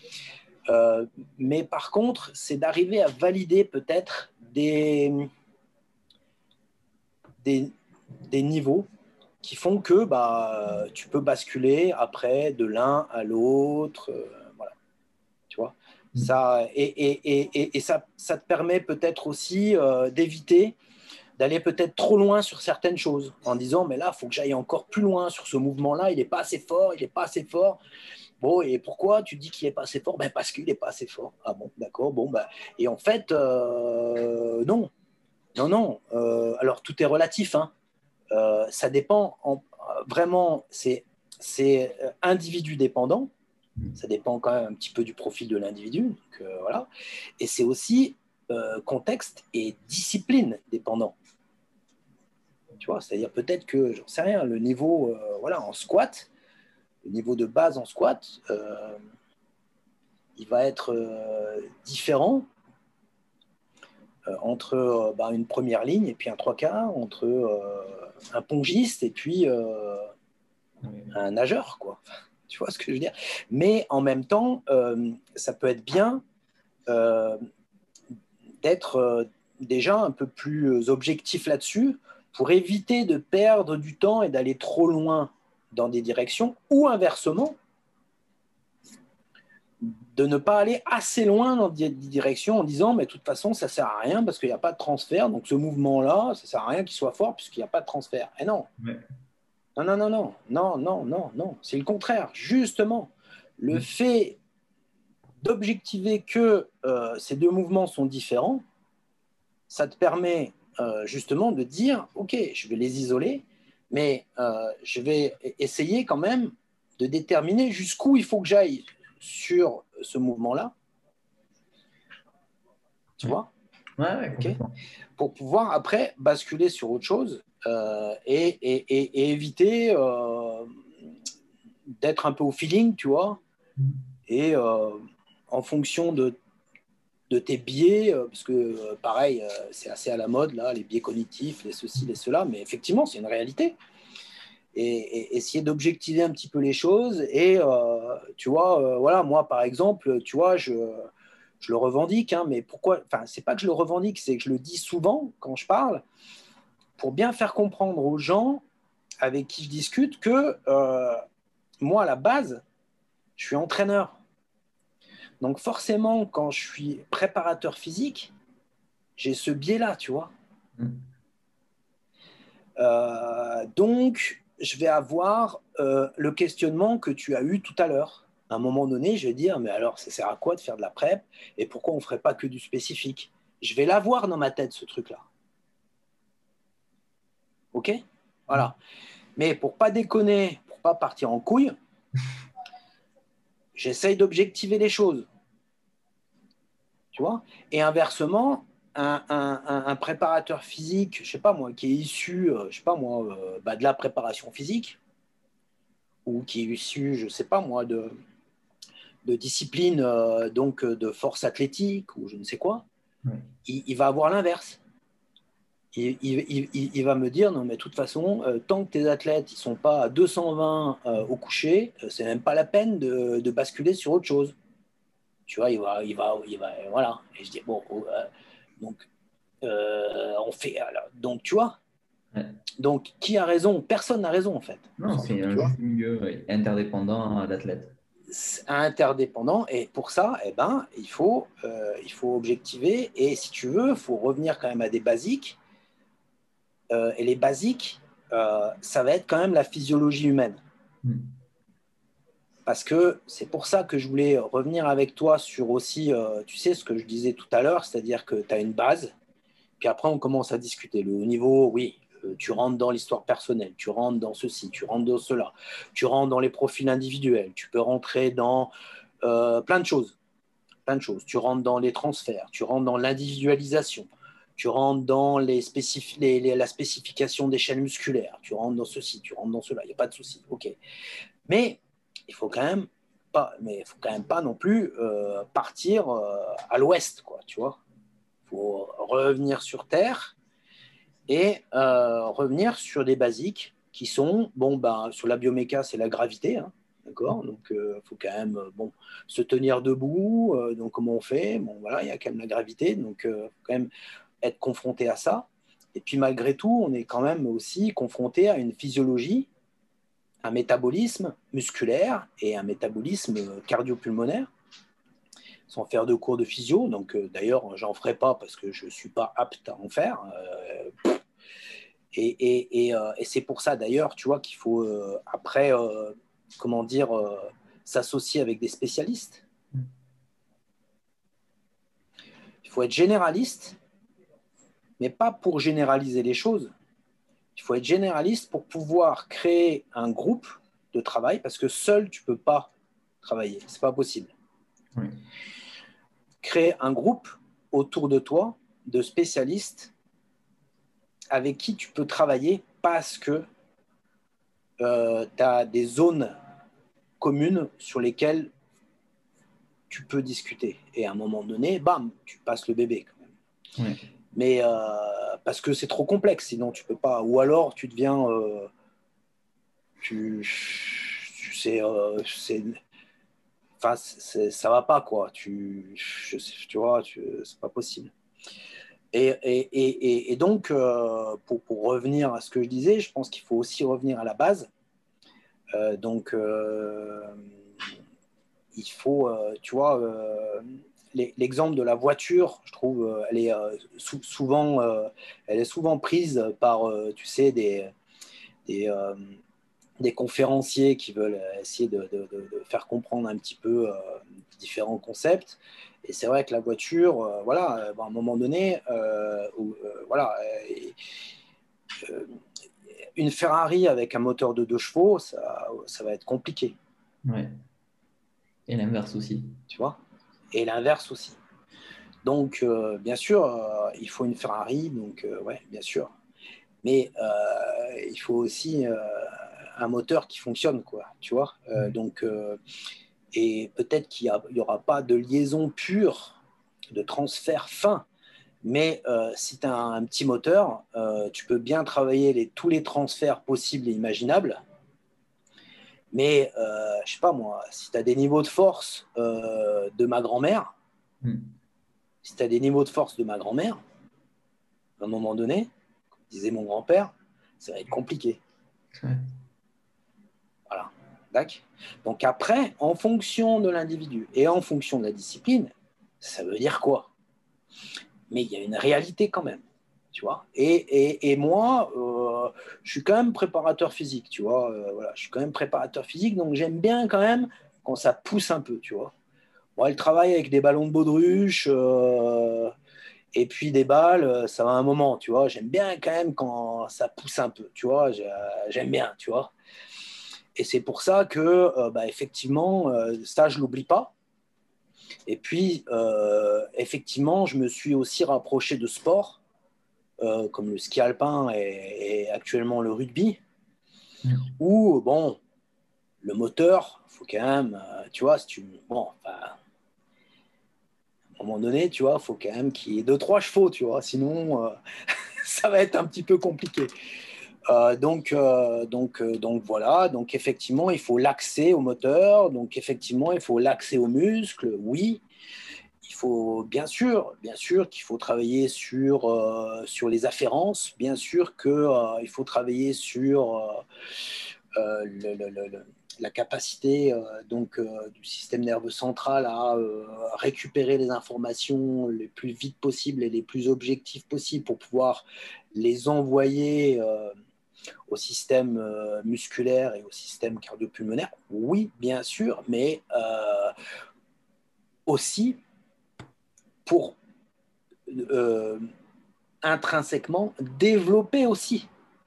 Mais par contre, c'est d'arriver à valider peut-être des niveaux qui font que tu peux basculer après de l'un à l'autre. Voilà. Tu vois? Ça, et ça te permet peut-être aussi d'éviter d'aller peut-être trop loin sur certaines choses en disant mais là il faut que j'aille encore plus loin sur ce mouvement là, il n'est pas assez fort, il n'est pas assez fort. Bon, et pourquoi tu dis qu'il n'est pas assez fort? Parce qu'il n'est pas assez fort. Ah bon, d'accord, bon, et en fait non, alors tout est relatif, hein. Ça dépend vraiment, c'est individu dépendant. Ça dépend quand même un petit peu du profil de l'individu. Donc, voilà. Et c'est aussi contexte et discipline dépendant. Tu vois, c'est-à-dire peut-être que, j'en sais rien, le niveau en squat, le niveau de base en squat, il va être différent entre une première ligne et puis un 3/4, entre un pongiste et puis un nageur, quoi. Tu vois ce que je veux dire? Mais en même temps, ça peut être bien d'être déjà un peu plus objectif là-dessus pour éviter de perdre du temps et d'aller trop loin dans des directions, ou inversement, de ne pas aller assez loin dans des directions en disant mais de toute façon ça ne sert à rien parce qu'il n'y a pas de transfert, donc ce mouvement-là, ça ne sert à rien qu'il soit fort puisqu'il n'y a pas de transfert. Et non. Ouais. Non, non, non, non, non, non, non, non. C'est le contraire. Justement, le fait d'objectiver que ces deux mouvements sont différents, ça te permet justement de dire, OK, je vais les isoler, mais je vais essayer quand même de déterminer jusqu'où il faut que j'aille sur ce mouvement-là. Tu vois? Ouais, OK, complètement. pour pouvoir après basculer sur autre chose et éviter d'être un peu au feeling, tu vois, et en fonction de tes biais, parce que pareil, c'est assez à la mode, là, les biais cognitifs, les ceci, les cela, mais effectivement, c'est une réalité. Et essayer d'objectiver un petit peu les choses. Et tu vois, voilà, moi, par exemple, tu vois, je le revendique, hein, mais pourquoi? Enfin, c'est pas que je le revendique, c'est que je le dis souvent quand je parle, pour bien faire comprendre aux gens avec qui je discute que moi, à la base, je suis entraîneur. Donc forcément, quand je suis préparateur physique, j'ai ce biais-là, tu vois. Donc, je vais avoir le questionnement que tu as eu tout à l'heure. À un moment donné, je vais dire, mais alors, ça sert à quoi de faire de la prep et pourquoi on ne ferait pas que du spécifique? Je vais l'avoir dans ma tête, ce truc-là. OK? Voilà. Mais pour pas déconner, pour pas partir en couille, j'essaye d'objectiver les choses. Tu vois? Et inversement, un préparateur physique, je sais pas moi, qui est issu, je sais pas moi, de la préparation physique, ou qui est issu, je sais pas moi, de discipline, donc de force athlétique, ou je ne sais quoi, il va avoir l'inverse. Il va me dire, non mais de toute façon, tant que tes athlètes ils sont pas à 220 au coucher, c'est même pas la peine de basculer sur autre chose. Tu vois, voilà. Et je dis, bon, donc, on fait, alors, donc, tu vois, Ouais. donc, qui a raison? Personne n'a raison, en fait. Non, c'est un juste milieu interdépendant d'athlètes. Interdépendant, et pour ça, eh ben, il faut objectiver, et si tu veux, il faut revenir quand même à des basiques, et les basiques, ça va être quand même la physiologie humaine. Parce que c'est pour ça que je voulais revenir avec toi sur aussi, tu sais, ce que je disais tout à l'heure, c'est-à-dire que tu as une base, puis après on commence à discuter. Le haut niveau, oui, tu rentres dans l'histoire personnelle, tu rentres dans ceci, tu rentres dans cela, tu rentres dans les profils individuels, tu peux rentrer dans plein de choses. Plein de choses. Tu rentres dans les transferts, tu rentres dans l'individualisation, tu rentres dans la spécification des chaînes musculaires, tu rentres dans ceci, tu rentres dans cela, il n'y a pas de souci. OK. Mais il faut quand même pas non plus partir à l'ouest, quoi, tu vois. Il faut revenir sur Terre et revenir sur des basiques qui sont, sur la bioméca, c'est la gravité, hein, d'accord? Donc, il faut quand même se tenir debout. Donc, comment on fait? Bon, voilà, il y a quand même la gravité. Donc, il faut quand même être confronté à ça. Et puis, malgré tout, on est quand même aussi confronté à une physiologie, un métabolisme musculaire et un métabolisme cardio-pulmonaire, sans faire de cours de physio. Donc, d'ailleurs, j'en ferai pas parce que je ne suis pas apte à en faire. Et c'est pour ça, d'ailleurs, tu vois, qu'il faut après, comment dire, s'associer avec des spécialistes. Il faut être généraliste, mais pas pour généraliser les choses. Il faut être généraliste pour pouvoir créer un groupe de travail, parce que seul, tu ne peux pas travailler. Ce n'est pas possible. Oui. Créer un groupe autour de toi de spécialistes avec qui tu peux travailler parce que tu as des zones communes sur lesquelles tu peux discuter. Et à un moment donné, bam, tu passes le bébé quand même. Ouais. Mais parce que c'est trop complexe, sinon tu peux pas. Ou alors tu deviens, ça va pas quoi. Tu vois, c'est pas possible. Et donc, pour revenir à ce que je disais, je pense qu'il faut aussi revenir à la base. Donc, il faut, tu vois, l'exemple de la voiture, je trouve, elle est souvent prise par, tu sais, des, des conférenciers qui veulent essayer de faire comprendre un petit peu différents concepts. Et c'est vrai que la voiture, voilà, à un moment donné, voilà, une Ferrari avec un moteur de 2 chevaux, ça va être compliqué. Ouais. Et l'inverse aussi. Tu vois. Et l'inverse aussi. Donc, bien sûr, il faut une Ferrari, donc, ouais, bien sûr. Mais il faut aussi un moteur qui fonctionne, quoi, tu vois. Donc, et peut-être qu'il n'y aura pas de liaison pure, de transfert fin. Mais si tu as un petit moteur, tu peux bien travailler tous les transferts possibles et imaginables. Mais je sais pas moi, si tu as des niveaux de force de ma grand-mère, si tu as des niveaux de force de ma grand-mère, à un moment donné, comme disait mon grand-père, ça va être compliqué. Ouais. Voilà. D'accord. Donc après, en fonction de l'individu et en fonction de la discipline, ça veut dire quoi? Mais il y a une réalité quand même, tu vois. Et moi, je suis quand même préparateur physique, tu vois. Voilà, je suis quand même préparateur physique, donc j'aime bien quand même quand ça pousse un peu, tu vois. Bon, elle travaille avec des ballons de baudruche et puis des balles, ça va un moment, tu vois. J'aime bien quand même quand ça pousse un peu, tu vois. J'aime bien, tu vois. Et c'est pour ça que, effectivement, ça, je ne l'oublie pas. Et puis, effectivement, je me suis aussi rapproché de sports comme le ski alpin et actuellement le rugby, où, bon, le moteur, il faut quand même, tu vois, si tu, bon, enfin, à un moment donné, tu vois, il faut quand même qu'il y ait 2-3 chevaux, tu vois, sinon, ça va être un petit peu compliqué. Donc voilà, donc effectivement, il faut l'axer au moteur, donc effectivement, il faut l'axer aux muscles, oui. Il faut bien sûr qu'il faut travailler sur les afférences, bien sûr qu'il faut travailler sur la capacité du système nerveux central à récupérer les informations les plus vite possible et les plus objectives possibles pour pouvoir les envoyer au système musculaire et au système cardio-pulmonaire. Oui, bien sûr, mais aussi pour intrinsèquement développer aussi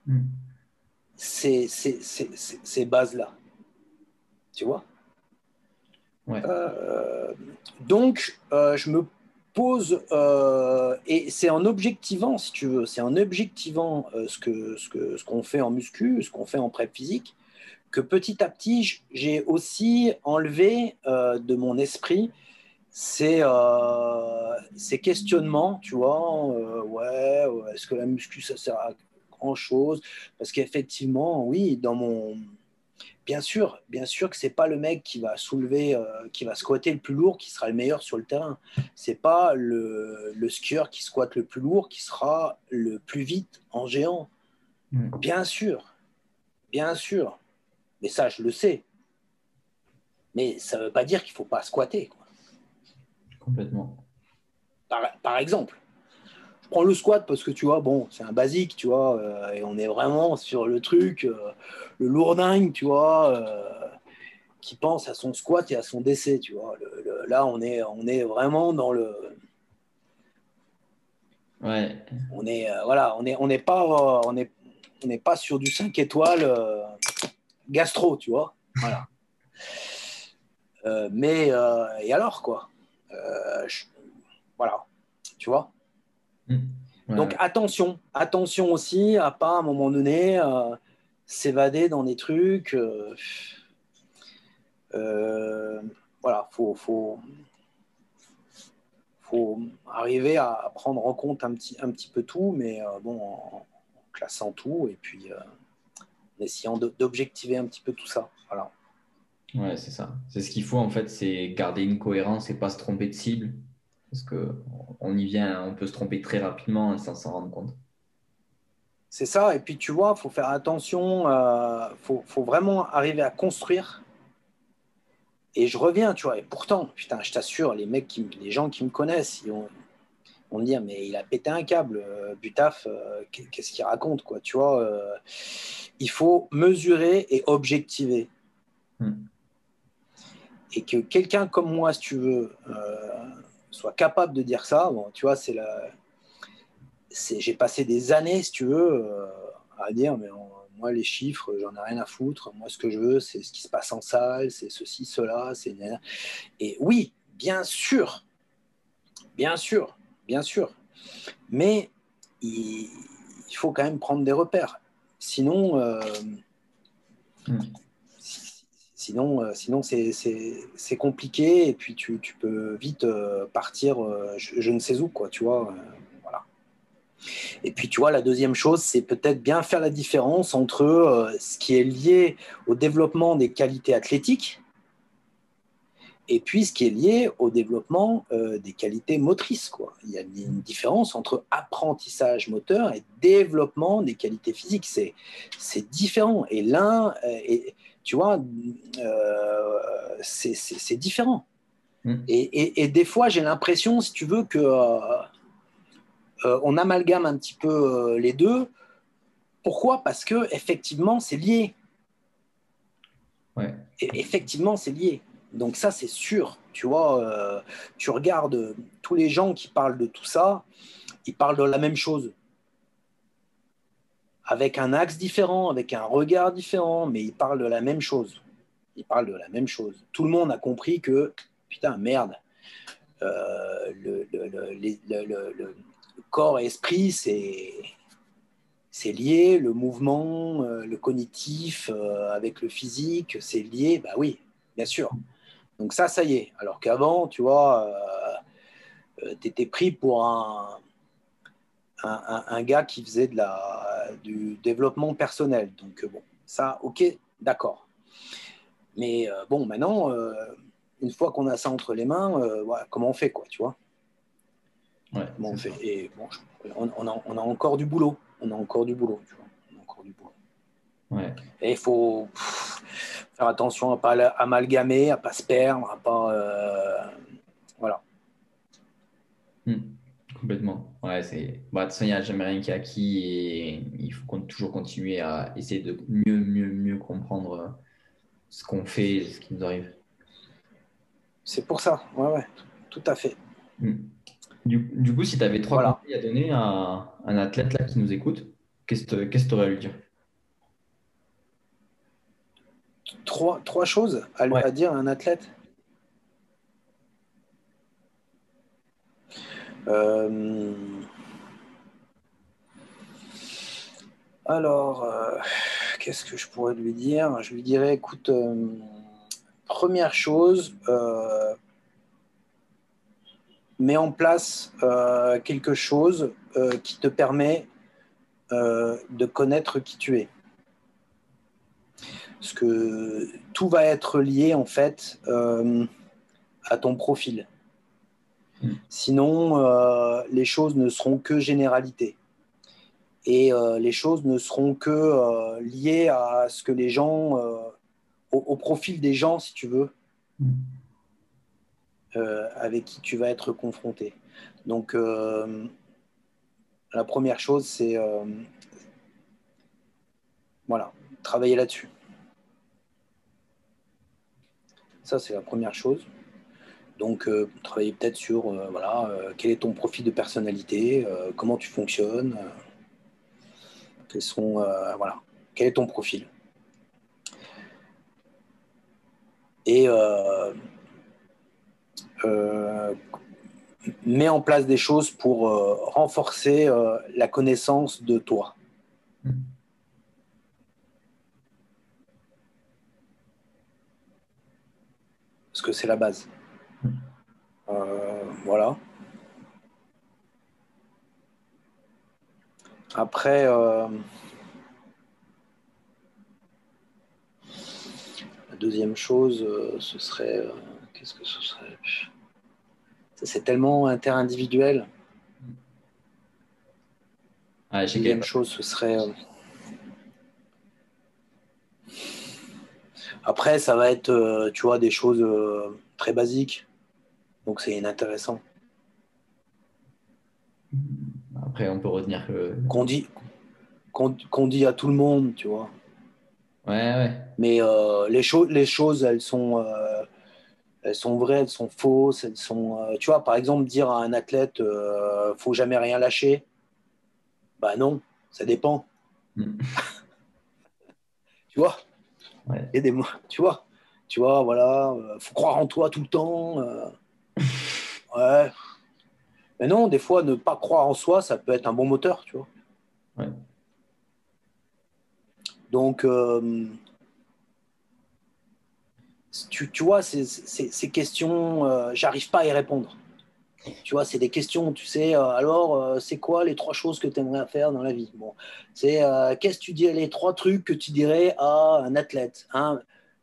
ces bases-là. Tu vois. Ouais. Donc, je me pose, et c'est en objectivant, si tu veux, c'est en objectivant ce qu'on fait en muscu, ce qu'on fait en prep physique, que petit à petit, j'ai aussi enlevé de mon esprit ces questionnements, tu vois, ouais, est-ce que la muscu, ça sert à grand-chose? Parce qu'effectivement, oui, bien sûr que c'est pas le mec qui va soulever, qui va squatter le plus lourd qui sera le meilleur sur le terrain. C'est pas le skieur qui squatte le plus lourd qui sera le plus vite en géant. Bien sûr. Mais ça, je le sais. Mais ça veut pas dire qu'il faut pas squatter, quoi. Complètement. Par exemple, je prends le squat parce que tu vois, bon, c'est un basique, tu vois, et on est vraiment sur le truc, le lourdingue, tu vois, qui pense à son squat et à son décès, tu vois. Là, on est vraiment dans le. Ouais. Voilà, on n'est pas sur du 5 étoiles gastro, tu vois. Voilà. Mais et alors quoi, voilà, tu vois. Ouais, Donc ouais. attention aussi à pas à un moment donné s'évader dans des trucs. Voilà, faut arriver à prendre en compte un petit peu tout, mais bon, en classant tout et puis en essayant d'objectiver un petit peu tout ça. Voilà. Ouais, c'est ça. C'est ce qu'il faut en fait, c'est garder une cohérence et pas se tromper de cible. Parce qu'on y vient, on peut se tromper très rapidement sans s'en rendre compte. C'est ça. Et puis, tu vois, il faut faire attention. Faut vraiment arriver à construire. Et je reviens, tu vois. Et pourtant, putain, je t'assure, les gens qui me connaissent, on me dit, mais il a pété un câble, Butaf, qu'est-ce qu'il raconte, quoi, tu vois. Il faut mesurer et objectiver. Et que quelqu'un comme moi, si tu veux, soit capable de dire ça, bon, tu vois, j'ai passé des années, si tu veux, à dire, mais moi, les chiffres, j'en ai rien à foutre. Moi, ce que je veux, c'est ce qui se passe en salle, c'est ceci, cela. Et oui, bien sûr, bien sûr, bien sûr. Mais il faut quand même prendre des repères. Sinon, sinon c'est compliqué et puis tu peux vite partir je ne sais où, quoi, tu vois. Voilà. Et puis, tu vois, la deuxième chose, c'est peut-être bien faire la différence entre ce qui est lié au développement des qualités athlétiques et puis ce qui est lié au développement des qualités motrices, quoi. Il y a une différence entre apprentissage moteur et développement des qualités physiques. C'est différent. Et l'un, tu vois, c'est différent. Et des fois, j'ai l'impression, si tu veux, que on amalgame un petit peu les deux. Pourquoi ? Parce que effectivement, c'est lié. Ouais. Et effectivement, c'est lié. Donc ça, c'est sûr. Tu vois, tu regardes tous les gens qui parlent de tout ça, ils parlent de la même chose. Avec un axe différent, avec un regard différent, mais ils parlent de la même chose. Ils parlent de la même chose. Tout le monde a compris que, putain, merde, le corps et esprit, c'est lié, le mouvement, le cognitif avec le physique, c'est lié, bah oui, bien sûr. Donc ça y est. Alors qu'avant, tu vois, tu étais pris pour un gars qui faisait du développement personnel. Donc bon, ça, ok, d'accord. Mais bon, maintenant, une fois qu'on a ça entre les mains, voilà, comment on fait, quoi, tu vois ? Ouais, comment on fait ? Et bon, on a encore du boulot. On a encore du boulot, tu vois. On a encore du boulot. Ouais. Et il faut faire attention à ne pas amalgamer, à ne pas se perdre, à pas... voilà. Complètement. Ouais, de toute façon, il n'y a jamais rien qui est acquis et il faut toujours continuer à essayer de mieux comprendre ce qu'on fait et ce qui nous arrive. C'est pour ça, ouais, tout à fait. Du coup, si tu avais 3 Voilà. conseils à donner à un athlète là qui nous écoute, qu'est-ce que tu aurais à lui dire? Trois choses à dire à un athlète. Alors, qu'est-ce que je pourrais lui dire ? Je lui dirais, écoute, première chose, mets en place quelque chose qui te permet de connaître qui tu es. Parce que tout va être lié, en fait, à ton profil. Sinon, les choses ne seront que généralités. Et les choses ne seront que liées à ce que les gens, au profil des gens, si tu veux, avec qui tu vas être confronté. Donc, la première chose, c'est voilà, travailler là-dessus. Ça, c'est la première chose. Donc, travailler peut-être sur voilà, quel est ton profil de personnalité, comment tu fonctionnes, voilà, quel est ton profil. Et mets en place des choses pour renforcer la connaissance de toi. Parce que c'est la base. Voilà. Après, la deuxième chose, ce serait... qu'est-ce que ce serait ? c'est tellement interindividuel. Ah, je sais Deuxième chose, ce serait... Après, ça va être, tu vois, des choses très basiques. Donc, c'est inintéressant. Après, on peut retenir que... Qu'on dit à tout le monde, tu vois. Ouais. Mais les choses, elles sont vraies, elles sont fausses, elles sont. Tu vois, par exemple, dire à un athlète, faut jamais rien lâcher. Bah non, ça dépend. Mm. Tu vois, Ouais. il y a des mots. Tu vois, voilà, faut croire en toi tout le temps. Ouais. Mais non, des fois, ne pas croire en soi, ça peut être un bon moteur, tu vois. Ouais. Donc, tu vois, ces questions, j'arrive pas à y répondre. Tu vois, c'est des questions, tu sais, alors, c'est quoi les 3 choses que tu aimerais faire dans la vie? Bon, c'est qu'est-ce que tu dirais, les 3 trucs que tu dirais à un athlète, hein?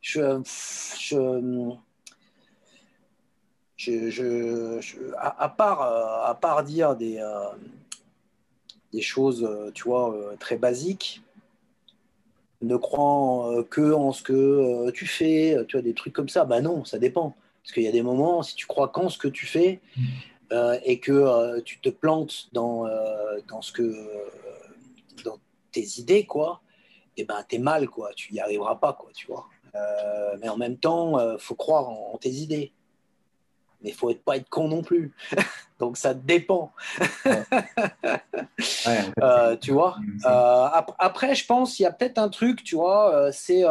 À part dire des choses, tu vois, très basiques, ne crois que en ce que tu fais, tu vois, des trucs comme ça, bah non, ça dépend. Parce qu'il y a des moments, si tu crois qu'en ce que tu fais, et que tu te plantes dans dans tes idées, quoi, et ben t'es mal, quoi. Tu y arriveras pas, quoi, tu vois. Mais en même temps, faut croire en tes idées. Mais faut pas être con non plus. Donc ça dépend. Ouais. Ouais, en fait, Tu vois. Après, je pense qu'il y a peut-être un truc, tu vois, c'est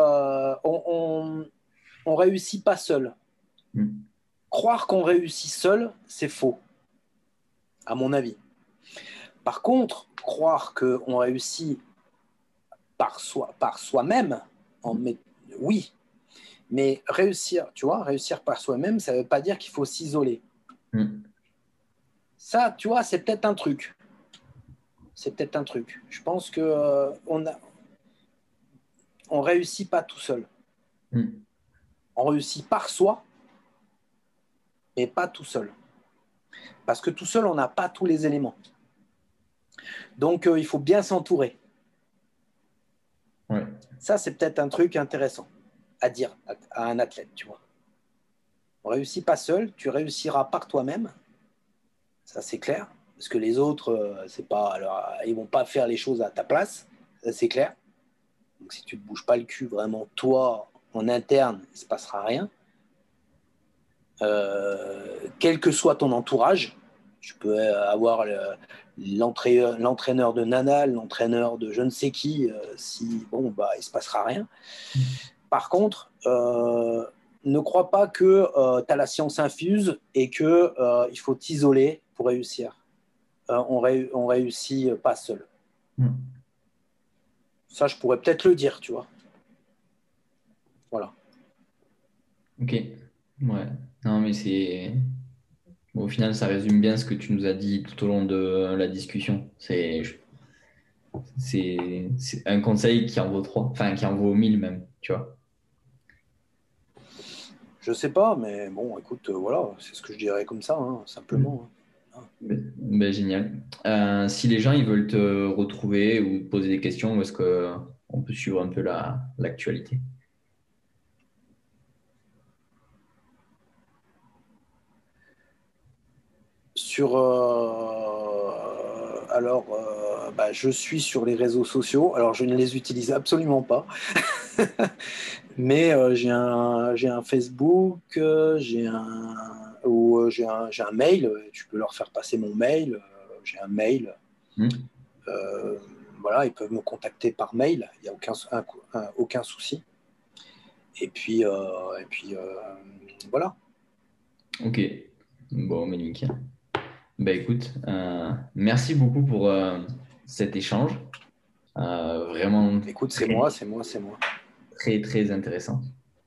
on réussit pas seul. Mm. Croire qu'on réussit seul, c'est faux, à mon avis. Par contre, croire qu'on réussit par soi-même, oui, mais réussir, tu vois, réussir par soi-même, ça ne veut pas dire qu'il faut s'isoler. Mm. Ça, tu vois, c'est peut-être un truc. C'est peut-être un truc. Je pense que on réussit pas tout seul. Mm. On réussit par soi, mais pas tout seul. Parce que tout seul, on n'a pas tous les éléments. Donc, il faut bien s'entourer. Ouais. Ça, c'est peut-être un truc intéressant à dire à un athlète, tu vois. On réussit pas seul, tu réussiras par toi-même, ça c'est clair, parce que les autres, c'est pas, alors, ils vont pas faire les choses à ta place, ça c'est clair. Donc si tu ne te bouges pas le cul vraiment toi en interne, il se passera rien. Quel que soit ton entourage, tu peux avoir l'entraîneur de Nadal, l'entraîneur de je ne sais qui, si bon bah il se passera rien. Par contre, ne crois pas que tu as la science infuse et que il faut t'isoler pour réussir. On réussit pas seul. Mm. Ça, je pourrais peut-être le dire, tu vois. Voilà. Ok. Ouais. Non, mais c'est... Bon, au final, ça résume bien ce que tu nous as dit tout au long de la discussion. C'est un conseil qui en vaut 3, enfin qui en vaut 1000 même, tu vois. Je sais pas, mais bon, écoute, voilà, c'est ce que je dirais comme ça, hein, simplement. Hein. Ben, génial. Si les gens ils veulent te retrouver ou te poser des questions, où est-ce que on peut suivre un peu l'actualité? Bah, je suis sur les réseaux sociaux. Alors, je ne les utilise absolument pas. Mais j'ai un Facebook, j'ai un mail. Tu peux leur faire passer mon mail. J'ai un mail. Hmm. Voilà, ils peuvent me contacter par mail. Il n'y a aucun souci. Et puis, voilà. Ok. Bon, mais nickel. Ben écoute, merci beaucoup pour cet échange. Vraiment Écoute, c'est très, moi, c'est moi, c'est moi. très, très intéressant.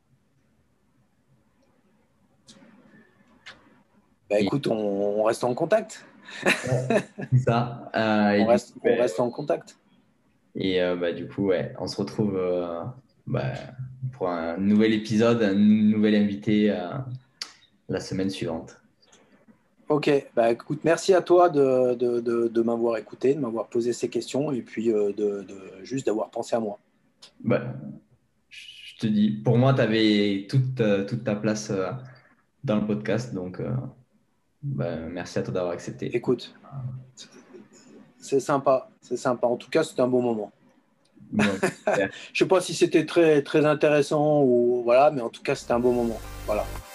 Bah, Et écoute, on reste en contact. ça. Et du coup, On reste en contact. bah, du coup, ouais, on se retrouve bah, pour un nouvel épisode, un nouvel invité la semaine suivante. Ok, bah écoute, merci à toi de m'avoir écouté, de m'avoir posé ces questions et puis juste d'avoir pensé à moi. Bah, je te dis, pour moi, tu avais toute ta place dans le podcast, donc bah, merci à toi d'avoir accepté. Écoute, c'est sympa, c'est sympa. En tout cas, c'était un bon moment. Bon, super. Je sais pas si c'était très, très intéressant ou voilà, mais en tout cas, c'était un bon moment. Voilà.